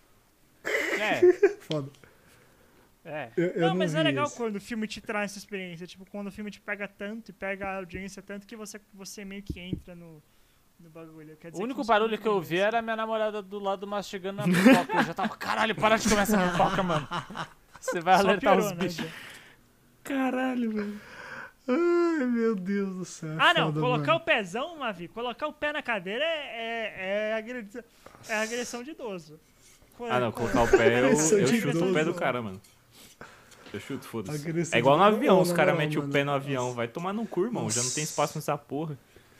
É, Foda. é. Eu, eu não, não mas vi é legal esse. quando o filme te traz essa experiência. Tipo, quando o filme te pega tanto e pega a audiência tanto que você, você meio que entra no, no bagulho. Quer dizer O único funciona barulho que eu bem, ouvi assim. era a minha namorada do lado mastigando a pipoca. Eu já tava, caralho, para de comer essa pipoca, mano. Você vai Só alertar piorou, os né, bichos. Joe? Caralho, velho. Ai, meu Deus do céu. Ah, não. foda, Colocar mano. o pezão, Mavi, colocar o pé na cadeira é, é, é, agressão, é agressão de idoso. Ah, não, colocar o pé, eu, Agressão eu de chuto o pé idoso. do cara, mano. Eu chuto, foda-se. Agressão É igual no de- avião, Ô, os na caras moral, metem o mano, pé no nossa. avião. Vai tomar no cu, irmão. Já não tem espaço nessa porra.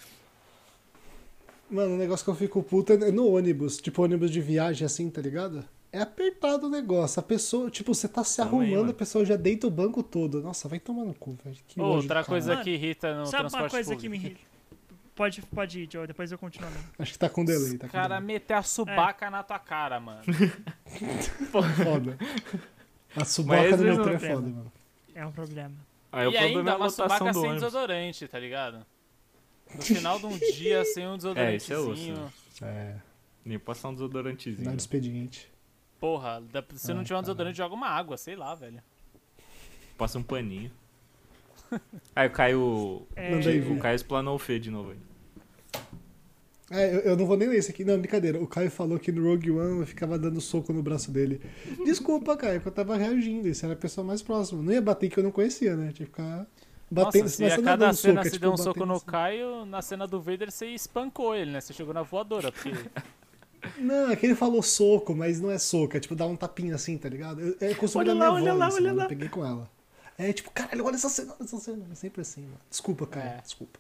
Mano, o negócio que eu fico puto é no ônibus. Tipo, ônibus de viagem assim, tá ligado? É apertado o negócio. A pessoa, tipo, você tá se Também, arrumando, mano. a pessoa já deita o banco todo. Nossa, vai tomar no cu, velho. Que ódio Outra do coisa caralho. Mano, que irrita no Sabe uma transporte coisa que me público. irrita? Pode, pode ir, Joe, depois eu continuo. Né? Acho que tá com delay, Os tá com cara delay. meter a subaca na tua cara, mano. Foda. A Mas subaca às do vezes meu trem é não tem. foda, mano. É um problema. Aí o E problema ainda é a uma lotação subaca do sem ônibus. desodorante, tá ligado? No final de um dia sem um É, isso é osso, desodorantezinho. né? É, Nem passar um desodorantezinho. final do expediente. Porra, dá- se não Ai, tiver um caralho. desodorante, joga uma água, sei lá, velho. Passa um paninho. Aí o Caio... É, Manda aí, O Vi. Caio explanou o Fê de novo aí. É, eu, eu não vou nem ler esse aqui. Não, brincadeira. O Caio falou que no Rogue One eu ficava dando soco no braço dele. Desculpa, Caio, que eu tava reagindo. Esse era a pessoa mais próxima. Não ia bater que eu não conhecia, né? Tinha que ficar batendo. Nossa, se mas a você não é cada dando cena soco, é se tipo deu um soco batendo no assim. Caio, na cena do Vader você espancou ele, né? Você chegou na voadora, porque... Não, é que ele falou soco, mas não é soco. É tipo dar um tapinha assim, tá ligado? Eu, eu costumo Olha dar lá, minha olha avó lá, isso, olha mano. lá. Eu peguei com ela. É tipo, caralho, olha essa cena, olha essa cena. É sempre assim, mano. Desculpa, Caio. É. Desculpa.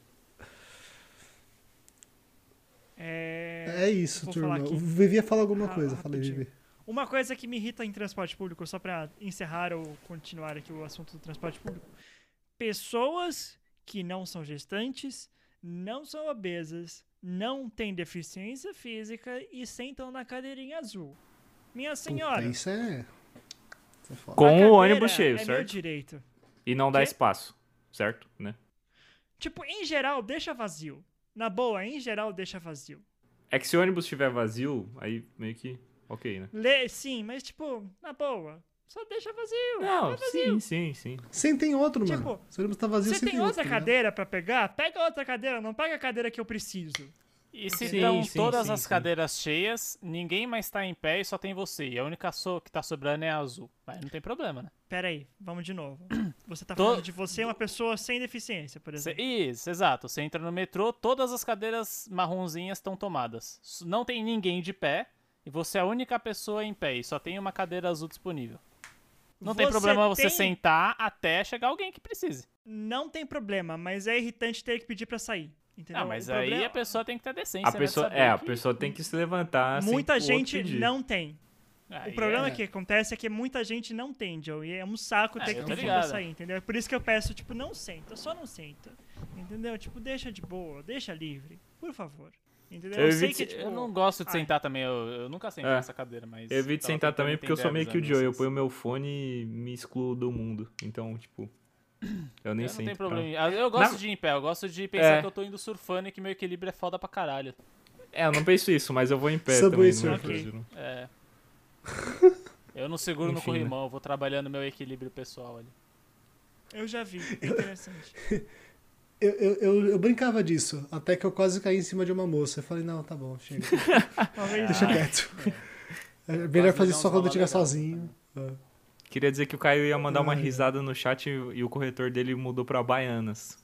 É, É isso, vou turma. falar aqui. O Vivi ia falar alguma Ra- coisa. Falei, rapidinho. Vivi. Uma coisa que me irrita em transporte público, só pra encerrar ou continuar aqui o assunto do transporte público. Pessoas que não são gestantes, não são obesas, não têm deficiência física e sentam na cadeirinha azul. Minha senhora, Puta, isso é. Isso é foda. a Com o cadeira ônibus cheio, é meu certo? direito. E não dá Quê? espaço, certo? Né? Tipo, em geral, deixa vazio. Na boa, em geral, deixa vazio. É que se o ônibus estiver vazio, aí meio que... Ok, né? Lê, sim, mas tipo, na boa, só deixa vazio. Não, sim, sim, sim. Sem tem outro, Tipo, mano. Se o ônibus tá vazio, Você sempre tem outra outro, tá ligado? cadeira pra pegar? Pega outra cadeira, não pega a cadeira que eu preciso. E se Sim, estão sim, todas sim, as sim. cadeiras cheias, ninguém mais tá em pé e só tem você. E a única so que tá sobrando é a azul. Aí não tem problema, né? Pera aí, vamos de novo. Você tá Tô- falando de você uma pessoa sem deficiência, por Cê- exemplo. isso, exato. Você entra no metrô, todas as cadeiras marronzinhas estão tomadas. S- Não tem ninguém de pé e você é a única pessoa em pé e só tem uma cadeira azul disponível. Não tem Você problema você tem- sentar até chegar alguém que precise. Não tem problema, mas é irritante ter que pedir pra sair. Entendeu? Ah, mas O aí problema- a pessoa tem que ter decência, A né, de pessoa, saber é, a que- pessoa tem que se levantar assim Muita pro outro gente pedir. não tem. Aí O problema é- que acontece é que muita gente não tem, Joe. E é um saco Ah, ter eu que tô pedir ligado. pra sair, entendeu? É por isso que eu peço, tipo, não senta, só não senta. Entendeu? Tipo, deixa de boa, deixa livre. Por favor. Entendeu? Eu Eu, sei evito- que, tipo... Eu não gosto de ai. sentar também, eu, eu nunca sento É. nessa cadeira, mas... Eu evito tava sentar tentando também porque eu sou entender meio que o avisando Joe. Eu vocês. ponho meu fone e me excluo do mundo. Então, tipo, eu nem Eu não sento. tem cara. problema. Ah, Eu gosto Na- de ir em pé, eu gosto de pensar É. que eu tô indo surfando e que meu equilíbrio é foda pra caralho. É, eu não penso isso, mas eu vou em pé Subway também. Não, surfer. juro. É. Eu não seguro no Enfim, né? corrimão, eu vou trabalhando meu equilíbrio pessoal ali. Eu já vi, interessante. Eu, eu, eu, eu brincava disso, até que eu quase caí em cima de uma moça. Eu falei, não, tá bom, chega. Talvez Deixa Ah. quieto. É melhor Quase fazer dá só uns quando eu rola estiver legal, sozinho. É. Queria dizer que o Caio ia mandar uma Ai, ai. risada no chat e, e o corretor dele mudou pra Baianas.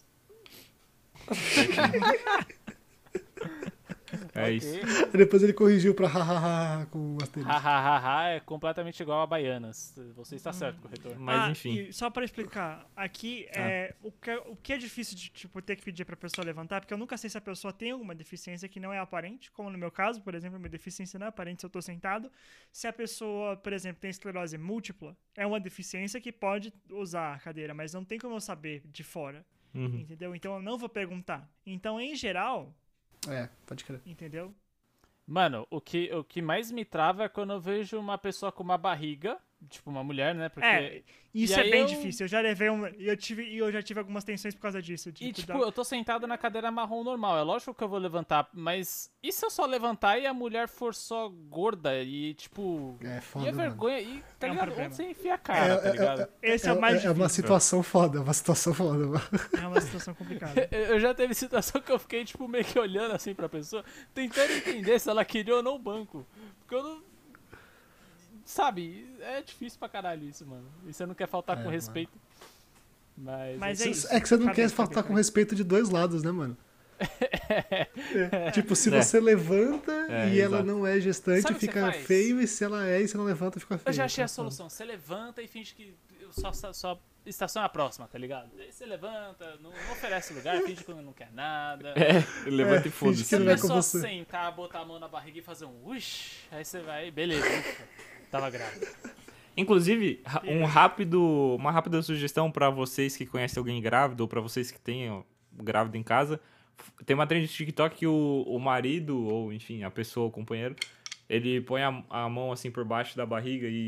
É Ok. isso. Aí depois ele corrigiu pra hahaha com o asterisco. Hahaha é completamente igual a Baianas. Você está certo, corretor. Mas Ah, enfim. e só pra explicar, aqui é, o, que, o que é difícil de tipo, ter que pedir pra pessoa levantar, porque eu nunca sei se a pessoa tem alguma deficiência que não é aparente, como no meu caso, por exemplo, minha deficiência não é aparente se eu tô sentado. Se a pessoa, por exemplo, tem esclerose múltipla, é uma deficiência que pode usar a cadeira, mas não tem como eu saber de fora, Uhum. entendeu? Então eu não vou perguntar. Então, em geral, É, pode crer. entendeu? Mano, o que, o que mais me trava é quando eu vejo uma pessoa com uma barriga, tipo uma mulher, né? Porque... É, isso E é aí bem eu- difícil. Eu já levei um. E eu, tive, e eu já tive algumas tensões por causa disso. de E, cuidar- tipo, eu tô sentado na cadeira marrom normal. É lógico que eu vou levantar, mas e se eu só levantar e a mulher for só gorda e, tipo... É E foda, a mano. vergonha... E, tá É um ligado? problema. Onde você enfia a cara, tá ligado? Esse é, o mais é, difícil. uma situação foda, é uma situação foda, mano. É uma situação complicada. Eu eu já teve situação que eu fiquei, tipo, meio que olhando assim pra pessoa, tentando entender se ela queria ou não o banco. Porque eu não... Sabe, é difícil pra caralho isso, mano. E você não quer faltar É, com mano. respeito. Mas... Mas é isso. É que você não Cadê, quer cadê, faltar cadê? com respeito de dois lados, né, mano? É, tipo, se É. você levanta É, e ela exato. não é gestante, Sabe o que fica você faz? feio, e se ela é e você não levanta, fica feio. Eu já achei a tá foda. solução. Você levanta e finge que só, só, só estaciona a próxima, tá ligado? Aí você levanta, não, não oferece lugar, finge que não quer nada. É, levanta É, e foda-se. Se que a não é com pessoa você. sentar, botar a mão na barriga e fazer um uish, aí você vai, beleza, ufa, tava grávida. Inclusive, ra- um rápido, uma rápida sugestão pra vocês que conhecem alguém grávido ou pra vocês que tenham grávido em casa. F- Tem uma trend de TikTok que o, o marido, ou enfim, a pessoa, o companheiro, ele põe a, a mão assim por baixo da barriga e,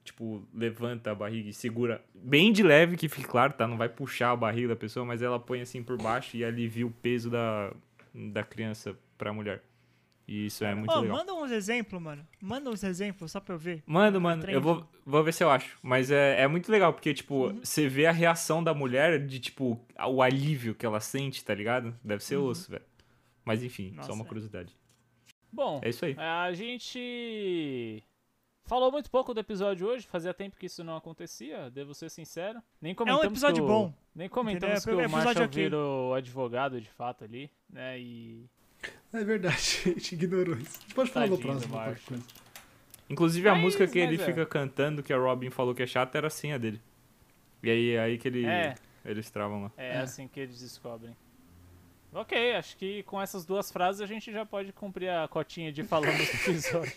tipo, levanta a barriga e segura bem de leve, que fique claro, tá? Não vai puxar a barriga da pessoa, mas ela põe assim por baixo e alivia o peso da, da criança pra mulher. E isso é muito Ô, legal. manda uns exemplos, mano. Manda uns exemplos só pra eu ver. Mano, mano, eu vou, vou ver se eu acho. Mas é, é muito legal, porque, tipo, Uhum. você vê a reação da mulher de, tipo, o alívio que ela sente, tá ligado? Deve ser Uhum. osso, velho. Mas enfim, Nossa, só uma é. curiosidade. Bom, É isso aí. a gente falou muito pouco do episódio hoje, fazia tempo que isso não acontecia, devo ser sincero. Nem comentamos episódio que o, bom, Nem comentamos entendeu? que É o episódio Marshall ok. virou advogado de fato ali, né? E É verdade, a gente ignorou isso. A gente pode falar no Tadinho do próximo. qualquer Marshall. coisa. Inclusive, a Mas- música que ele mas é. fica cantando, que a Robin falou que é chata, era assim a dele. E aí, aí que ele, É. eles travam lá. é É. assim que eles descobrem. Ok, acho que com essas duas frases a gente já pode cumprir a cotinha de falando do episódio.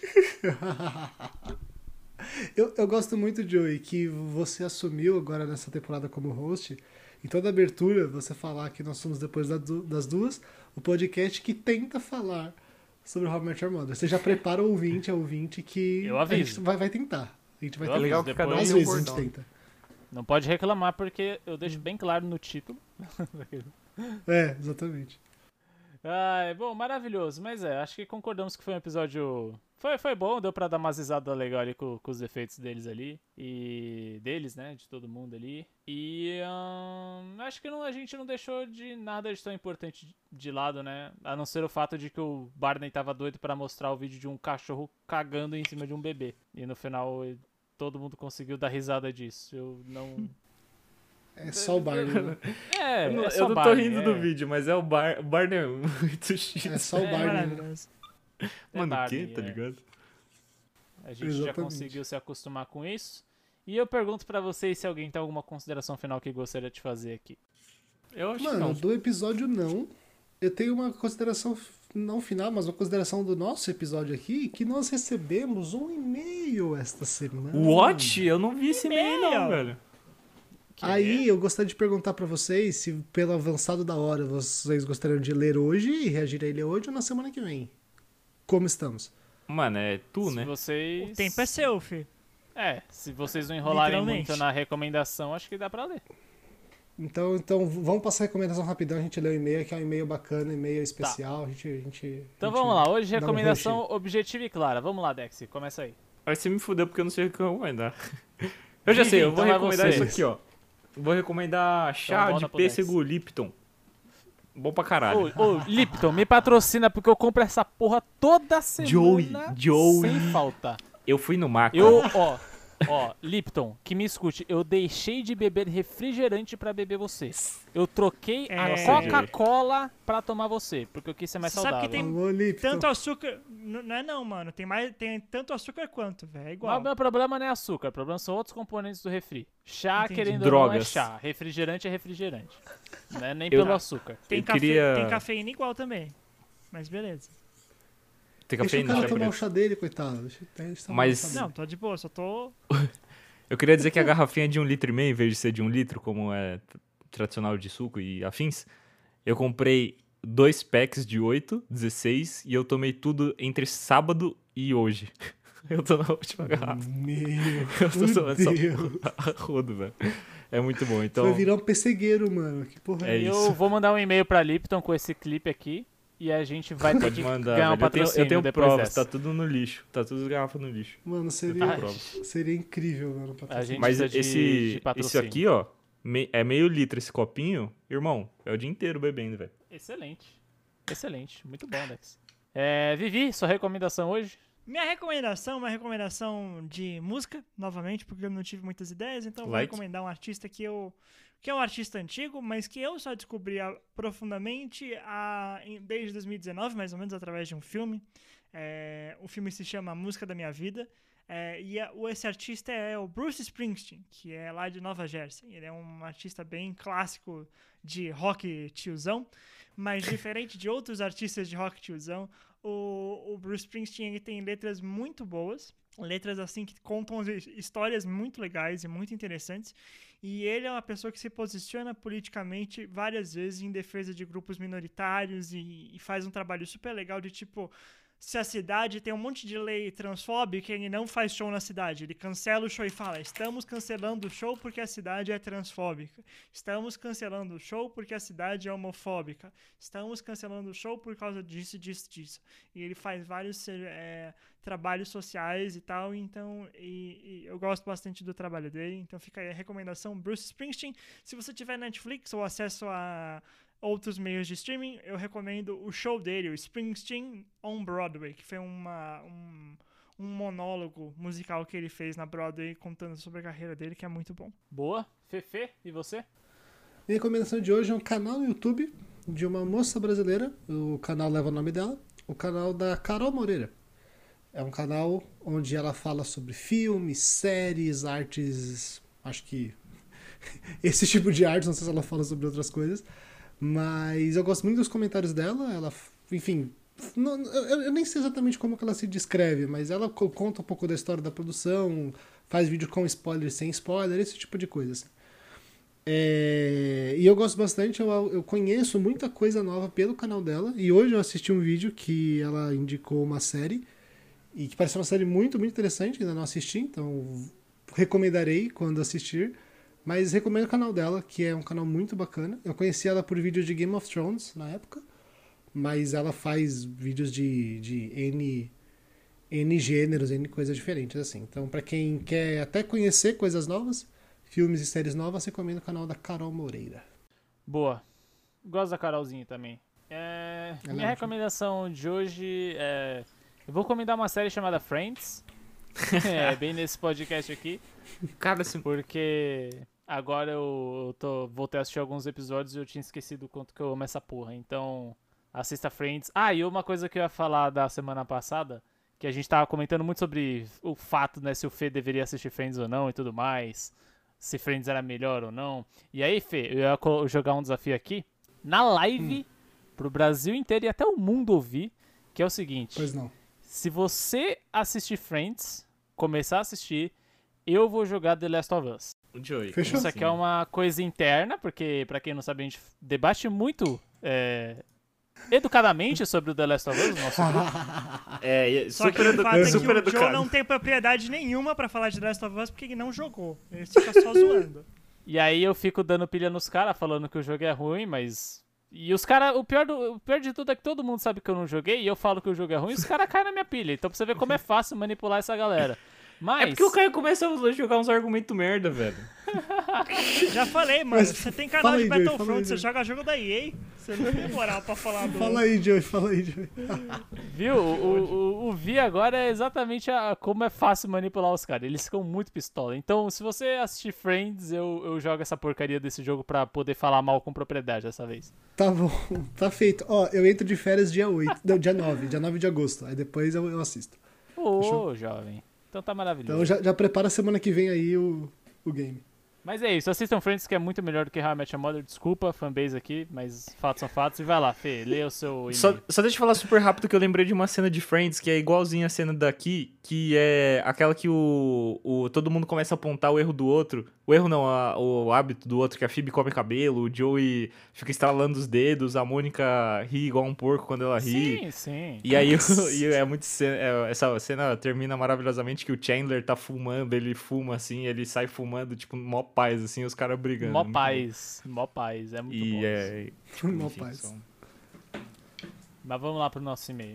Eu, eu gosto muito, Joey, que você assumiu agora nessa temporada como host. Em toda abertura, você falar que nós somos, depois da du- das duas, o podcast que tenta falar sobre o How I Met Your Mother. Você já prepara o ouvinte, a ouvinte que Eu a aviso. gente vai, vai tentar. A gente vai Eu É tentar. legal que depois- cada um Às tem um vezes a gente bordão. tenta. Não pode reclamar porque eu deixo bem claro no título. É, exatamente. Ai, bom, maravilhoso. Mas é, acho que concordamos que foi um episódio. Foi, foi bom, deu pra dar uma risada legal ali com, com os defeitos deles ali. E. Deles, né? De todo mundo ali. E. hum, acho que não, a gente não deixou de nada de tão importante de, de lado, né? A não ser o fato de que o Barney tava doido pra mostrar o vídeo de um cachorro cagando em cima de um bebê. E no final ele- todo mundo conseguiu dar risada disso. Eu não. É só o Barney, né? É, eu não, é eu só não tô Barney, rindo é. do vídeo, mas é o Bar, o Barney é muito X. É só o É, Barney, né? Maravilhoso. É Mano, o Barney, quê, tá é. ligado? A gente já Exatamente. conseguiu se acostumar com isso. E eu pergunto pra vocês se alguém tem alguma consideração final que gostaria de fazer aqui. Eu acho que Mano, não. do episódio não. Eu tenho uma consideração, f- não final, mas uma consideração do nosso episódio aqui, que nós recebemos um e-mail esta semana. What? Eu não vi esse e-mail, não, E-mail? velho. Que Aí eu gostaria de perguntar pra vocês se, pelo avançado da hora, vocês gostariam de ler hoje e reagir a ele hoje ou na semana que vem. Como estamos? Mano, é tu, se né? vocês... O tempo é seu, fi. É, se vocês não enrolarem Literalmente. muito na recomendação, acho que dá pra ler. Então, então vamos passar a recomendação rapidão, a gente lê o e-mail, que é um e-mail bacana, e-mail especial, a gente... A gente Então a gente vamos lá, hoje dá um recomendação rush. objetiva e clara. Vamos lá, Dex, começa aí. Aí você me fudeu porque eu não sei o que recomendar. Eu já Vivi, sei, eu vou então vai recomendar você. isso aqui, ó. Vou recomendar chá Então, de bota pro pêssego Lipton. Bom pra caralho. Ô, ô, Lipton, me patrocina porque eu compro essa porra toda semana Joey, Joey. sem falta. Eu fui no Maca. Eu, ó, ó, Lipton, que me escute, eu deixei de beber refrigerante pra beber você. Eu troquei a É. Coca-Cola pra tomar você, porque eu quis ser mais Você sabe saudável. que tem Alô, Lipton. tanto açúcar. N- Não é não, mano. Tem, mais, tem tanto açúcar quanto, velho. É Mas igual. o meu problema não é açúcar, o problema são outros componentes do refri. Chá, Entendi. querendo ou não, é Drogas. chá. Refrigerante é refrigerante. Não é nem Eu- pelo açúcar. Tem, eu cafe... queria- tem cafeína igual também. Mas beleza. Tem Deixa o cafeína, cara chá tomar o preto. chá dele, coitado. Deixa, deixa tomar Mas- o chá Não, dele. tô de boa, só tô. Eu queria dizer que a garrafinha é de um litro e meio, em vez de ser de um litro, como é t- tradicional de suco e afins, eu comprei dois packs de oito, dezesseis, e eu tomei tudo entre sábado e hoje. Eu tô na última garrafa. Meu, Eu tô tomando essa Deus. porra a rodo, velho. É muito bom, então... Vai virar um pessegueiro, mano. Que porra é, É isso? isso. Eu vou mandar um e-mail pra Lipton com esse clipe aqui e a gente vai ter Pode que mandar, ganhar um velho. Eu tenho, patrocínio eu tenho depois provas, dessa. tá tudo no lixo. Tá tudo as garrafas no lixo. Mano, Eu seria, tenho provas. seria incrível, mano. A patrocinar. gente Mas precisa de- esse, de esse patrocínio. aqui, ó, me- é meio litro esse copinho. Irmão, é o dia inteiro bebendo, velho. Excelente. Excelente. Muito bom, Dex. É, Vivi, sua recomendação hoje? Minha recomendação é uma recomendação de música, novamente, porque eu não tive muitas ideias, então eu vou Light. recomendar um artista que eu. Que é um artista antigo, mas que eu só descobri a- profundamente a, em- desde dois mil e dezenove, mais ou menos, através de um filme. É, o filme se chama A Música da Minha Vida. É, e a- o- esse artista é o Bruce Springsteen, que é lá de Nova Jersey. Ele é um artista bem clássico de rock tiozão, mas diferente de outros artistas de rock tiozão, o, o Bruce Springsteen ele tem letras muito boas, letras assim que contam his- histórias muito legais e muito interessantes. E ele é uma pessoa que se posiciona politicamente várias vezes em defesa de grupos minoritários e, e faz um trabalho super legal de tipo se a cidade tem um monte de lei transfóbica, ele não faz show na cidade. Ele cancela o show e fala, estamos cancelando o show porque a cidade é transfóbica. Estamos cancelando o show porque a cidade é homofóbica. Estamos cancelando o show por causa disso, disso, disso. E ele faz vários é, trabalhos sociais e tal, então e, e eu gosto bastante do trabalho dele. Então fica aí a recomendação, Bruce Springsteen. Se você tiver Netflix ou acesso a outros meios de streaming, eu recomendo o show dele, o Springsteen on Broadway, que foi uma, um, um monólogo musical que ele fez na Broadway, contando sobre a carreira dele, que é muito bom. Boa. Fefe, e você? Minha recomendação de hoje é um canal no YouTube de uma moça brasileira, o canal leva o nome dela, o canal da Carol Moreira. É um canal onde ela fala sobre filmes, séries, artes, acho que esse tipo de arte, não sei se ela fala sobre outras coisas, mas eu gosto muito dos comentários dela. Ela, enfim, não, eu, eu nem sei exatamente como que ela se descreve, mas ela conta um pouco da história da produção, faz vídeo com spoiler, sem spoiler, esse tipo de coisa. Assim. É, e eu gosto bastante, eu, eu conheço muita coisa nova pelo canal dela, e hoje eu assisti um vídeo que ela indicou uma série, e que parece uma série muito, muito interessante, ainda não assisti, então recomendarei quando assistir. Mas recomendo o canal dela, que é um canal muito bacana. Eu conheci ela por vídeos de Game of Thrones na época, mas ela faz vídeos de, de N, N gêneros, N coisas diferentes, assim. Então, pra quem quer até conhecer coisas novas, filmes e séries novas, recomendo o canal da Carol Moreira. Boa. Gosto da Carolzinha também. É, minha ótima. recomendação de hoje é... Eu vou recomendar uma série chamada Friends. É, bem nesse podcast aqui. Cara, assim, Porque agora eu, eu tô, voltei a assistir alguns episódios e eu tinha esquecido o quanto que eu amo essa porra. Então, assista Friends. Ah, e uma coisa que eu ia falar da semana passada, que a gente tava comentando muito sobre o fato, né, se o Fê deveria assistir Friends ou não e tudo mais. Se Friends era melhor ou não. E aí, Fê, eu ia co- jogar um desafio aqui, na live, pro Brasil inteiro e até o mundo ouvir, que é o seguinte. Pois não. Se você assistir Friends, começar a assistir, eu vou jogar The Last of Us. o Joey. Fechou? Isso aqui é uma coisa interna, porque, pra quem não sabe, a gente debate muito é, educadamente sobre o The Last of Us, o nosso grupo. É, e- Só super, que o edu fato é que super o Joe educado. não tem propriedade nenhuma pra falar de The Last of Us porque ele não jogou. Ele fica só zoando. E aí eu fico dando pilha nos caras, falando que o jogo é ruim, mas... E os caras, o, pior do- o pior de tudo é que todo mundo sabe que eu não joguei, e eu falo que o jogo é ruim, e os caras caem na minha pilha. Então pra você ver como é fácil manipular essa galera. Mas... É porque o Caio começa a jogar uns argumentos merda, velho. Já falei, mano. Mas Você tem canal fala de aí, Joey, fala Battlefront, aí, você Joey. joga jogo da E A. Você não tem moral pra falar do... Fala aí, Joey, fala aí, Joey. Viu? O, o, o Vi agora é exatamente a, como é fácil manipular os caras. Eles ficam muito pistola. Então, se você assistir Friends, eu, eu jogo essa porcaria desse jogo pra poder falar mal com propriedade dessa vez. Tá bom, tá feito. Ó, eu entro de férias dia oito, não, dia nove, dia nove de agosto. Aí depois eu, eu assisto. Ô, Fechou? jovem. Então tá maravilhoso. Então já, já prepara semana que vem aí o, o game. Mas é isso, assistam Friends, que é muito melhor do que How I Met Your Mother. Desculpa, fanbase aqui, mas fatos são fatos. E vai lá, Fê, lê o seu e-mail. Só, só deixa eu falar super rápido que eu lembrei de uma cena de Friends que é igualzinha a cena daqui, que é aquela que o, o todo mundo começa a apontar o erro do outro. O erro não, a- o hábito do outro, que a Phoebe come cabelo, o Joey fica estralando os dedos, a Mônica ri igual um porco quando ela ri. Sim, sim. E aí o- e é muito cena, é, essa cena termina maravilhosamente que o Chandler tá fumando, ele fuma assim, ele sai fumando, tipo, mó paz, assim, os caras brigando. Mó Muito paz, mó paz, é bom. muito E bom. é. tipo, Mó enfim, paz. são- Mas vamos lá pro nosso e-mail.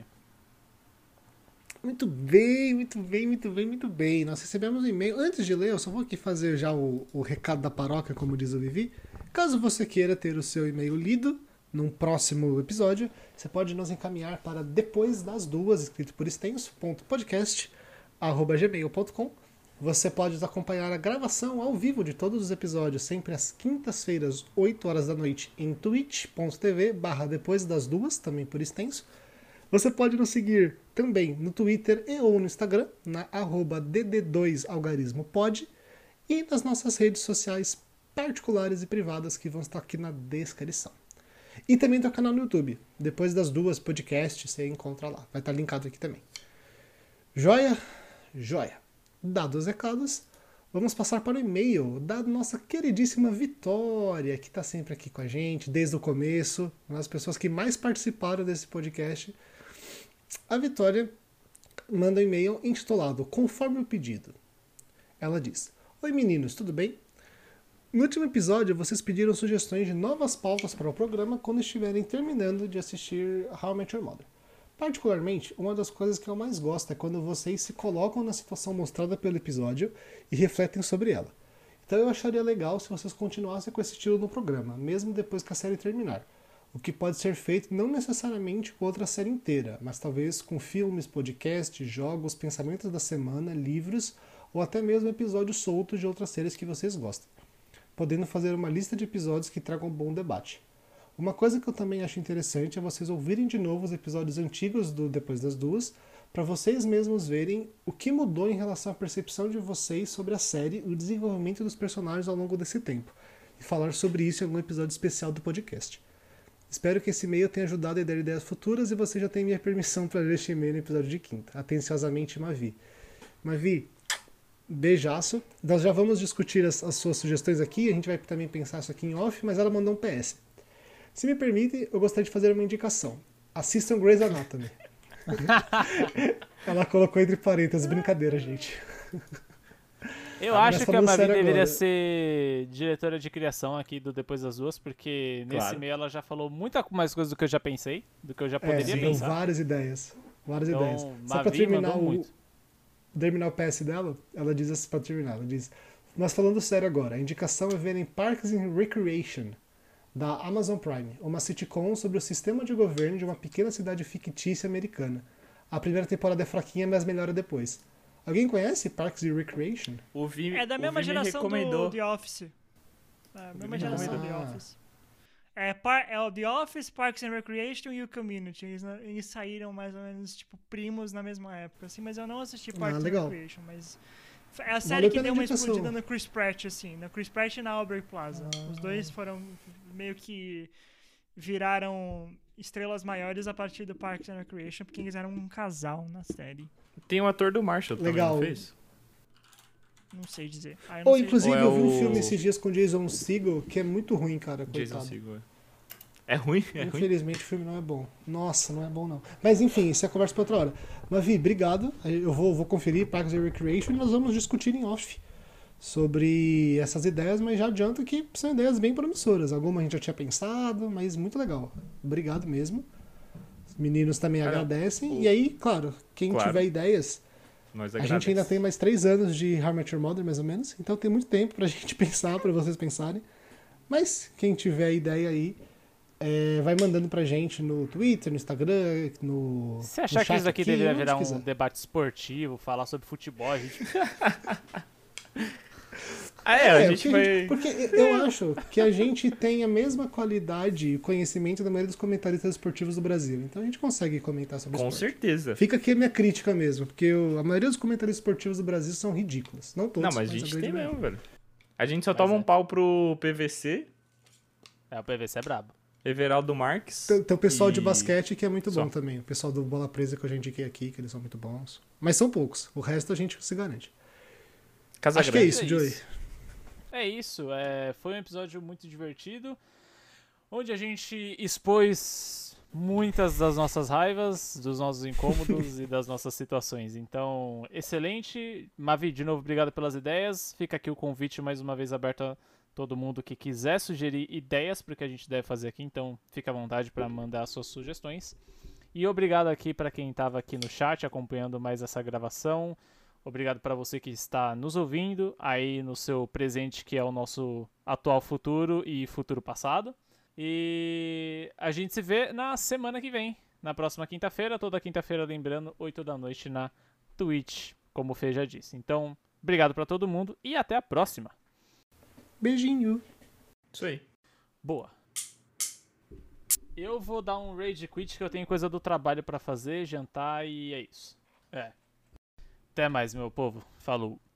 Muito bem, muito bem, muito bem, muito bem. Nós recebemos um e-mail. Antes de ler, eu só vou aqui fazer já o, o recado da paróquia, como diz o Vivi. Caso você queira ter o seu e-mail lido num próximo episódio, você pode nos encaminhar para depois das duas, escrito por extenso, ponto podcast, arroba gmail ponto com. Você pode acompanhar a gravação ao vivo de todos os episódios, sempre às quintas-feiras, oito horas da noite, em twitch.tv barra depois das duas, também por extenso. Você pode nos seguir também no Twitter e ou no Instagram, na arroba D D dois algarismo pod, e nas nossas redes sociais particulares e privadas que vão estar aqui na descrição. E também tem o canal no YouTube. Depois das duas podcasts, você encontra lá. Vai estar linkado aqui também. Joia? Joia. Dados os recados, vamos passar para o e-mail da nossa queridíssima Vitória, que está sempre aqui com a gente, desde o começo, uma das pessoas que mais participaram desse podcast. A Vitória manda um e-mail intitulado Conforme o Pedido. Ela diz: Oi meninos, tudo bem? No último episódio, vocês pediram sugestões de novas pautas para o programa quando estiverem terminando de assistir How I Met Your Mother. Particularmente, uma das coisas que eu mais gosto é quando vocês se colocam na situação mostrada pelo episódio e refletem sobre ela. Então eu acharia legal se vocês continuassem com esse estilo no programa, mesmo depois que a série terminar. O que pode ser feito não necessariamente com outra série inteira, mas talvez com filmes, podcasts, jogos, pensamentos da semana, livros ou até mesmo episódios soltos de outras séries que vocês gostam, podendo fazer uma lista de episódios que tragam um bom debate. Uma coisa que eu também acho interessante é vocês ouvirem de novo os episódios antigos do Depois das Duas, para vocês mesmos verem o que mudou em relação à percepção de vocês sobre a série e o desenvolvimento dos personagens ao longo desse tempo, e falar sobre isso em algum episódio especial do podcast. Espero que esse e-mail tenha ajudado a dar ideias futuras e você já tenha minha permissão para ler este e-mail no episódio de quinta. Atenciosamente, Mavi. Mavi, beijaço. Nós já vamos discutir as, as suas sugestões aqui, a gente vai também pensar isso aqui em off, mas ela mandou um P S. Se me permite, eu gostaria de fazer uma indicação. Assistam Grey's Anatomy. Ela colocou entre parênteses, brincadeira, gente. Eu Ah, acho mas que a falando Mavi sério deveria agora- ser diretora de criação aqui do Depois das Duas, porque nesse Claro. e-mail ela já falou muita mais coisa do que eu já pensei, do que eu já É, poderia deu pensar. várias ideias. Várias Então, ideias. Só pra Mavi terminar mandou o, muito. terminar o P S dela, ela diz assim, pra terminar, ela diz: Mas falando sério agora, a indicação é verem Parks and Recreation, da Amazon Prime, uma sitcom sobre o sistema de governo de uma pequena cidade fictícia americana. A primeira temporada é fraquinha, mas melhora depois. Alguém conhece Parks and Recreation? O Vi, É da o mesma Vi me geração recomendou. do The Office. É a mesma me geração do The recomendou. Office. É, par, é o The Office, Parks and Recreation e o Community. Eles, eles saíram mais ou menos, tipo, primos na mesma época, assim, mas eu não assisti Parks and legal. Recreation, mas... É a série Valeu que pela deu uma indicação. explodida no Chris Pratt, assim, na Chris Pratt e na Aubrey Plaza. Os dois foram meio que viraram estrelas maiores a partir do Parks and Recreation, porque eles eram um casal na série. Tem o ator do Marshall também, Legal. não fez? Não sei dizer. Ah, eu não Ou, sei inclusive, Ou é eu vi um o- filme esses dias com Jason Segel, que é muito ruim, cara, Jason coitado. Segel. É ruim? É ruim? Infelizmente o filme não é bom. Nossa, não é bom não. Mas enfim, isso é conversa pra outra hora. Mavi, obrigado. Eu vou, vou conferir Parks and Recreation e nós vamos discutir em off sobre essas ideias, mas já adianto que são ideias bem promissoras. Alguma a gente já tinha pensado, mas muito legal. Obrigado mesmo. Os meninos também Cara, agradecem. o- E aí, claro, quem Claro. tiver ideias, Nós a gente ainda tem mais três anos de How I Met Your Mother, mais ou menos. Então tem muito tempo pra gente pensar, pra vocês pensarem. Mas quem tiver ideia aí, é, vai mandando pra gente no Twitter, no Instagram, no. Se no achar que chat isso daqui aqui, deveria onde virar um quiser. debate esportivo, falar sobre futebol, a gente... Ah, é, a É, gente porque vai... Porque eu acho que a gente tem a mesma qualidade e conhecimento da maioria dos comentaristas esportivos do Brasil. Então a gente consegue comentar sobre Com esporte. certeza. Fica aqui a minha crítica mesmo, porque eu- a maioria dos comentaristas esportivos do Brasil são ridículos. Não todos, Não, mas a gente grande tem maioria. mesmo, velho. A gente só Mas toma é. um pau pro P V C, É, o P V C é brabo. Everaldo Marques. Tem, tem o pessoal de e- basquete que é muito Só. bom também. O pessoal do Bola Presa que eu já indiquei aqui, que eles são muito bons. Mas são poucos. O resto a gente se garante. Casa Acho que é Grande. isso, É Joey. isso. É isso, é, foi um episódio muito divertido, onde a gente expôs muitas das nossas raivas, dos nossos incômodos e das nossas situações. Então, excelente. Mavi, de novo, obrigado pelas ideias. Fica aqui o convite mais uma vez aberto a todo mundo que quiser sugerir ideias para o que a gente deve fazer aqui. Então, fica à vontade para mandar suas sugestões. E obrigado aqui para quem estava aqui no chat acompanhando mais essa gravação. Obrigado para você que está nos ouvindo aí no seu presente, que é o nosso atual futuro e futuro passado. E a gente se vê na semana que vem, na próxima quinta-feira, toda quinta-feira, lembrando, oito da noite na Twitch, como o Fê já disse. Então, obrigado para todo mundo e até a próxima. Beijinho. Isso aí. Boa. Eu vou dar um rage quit que eu tenho coisa do trabalho para fazer, jantar e é isso. É. Até mais, meu povo. Falou.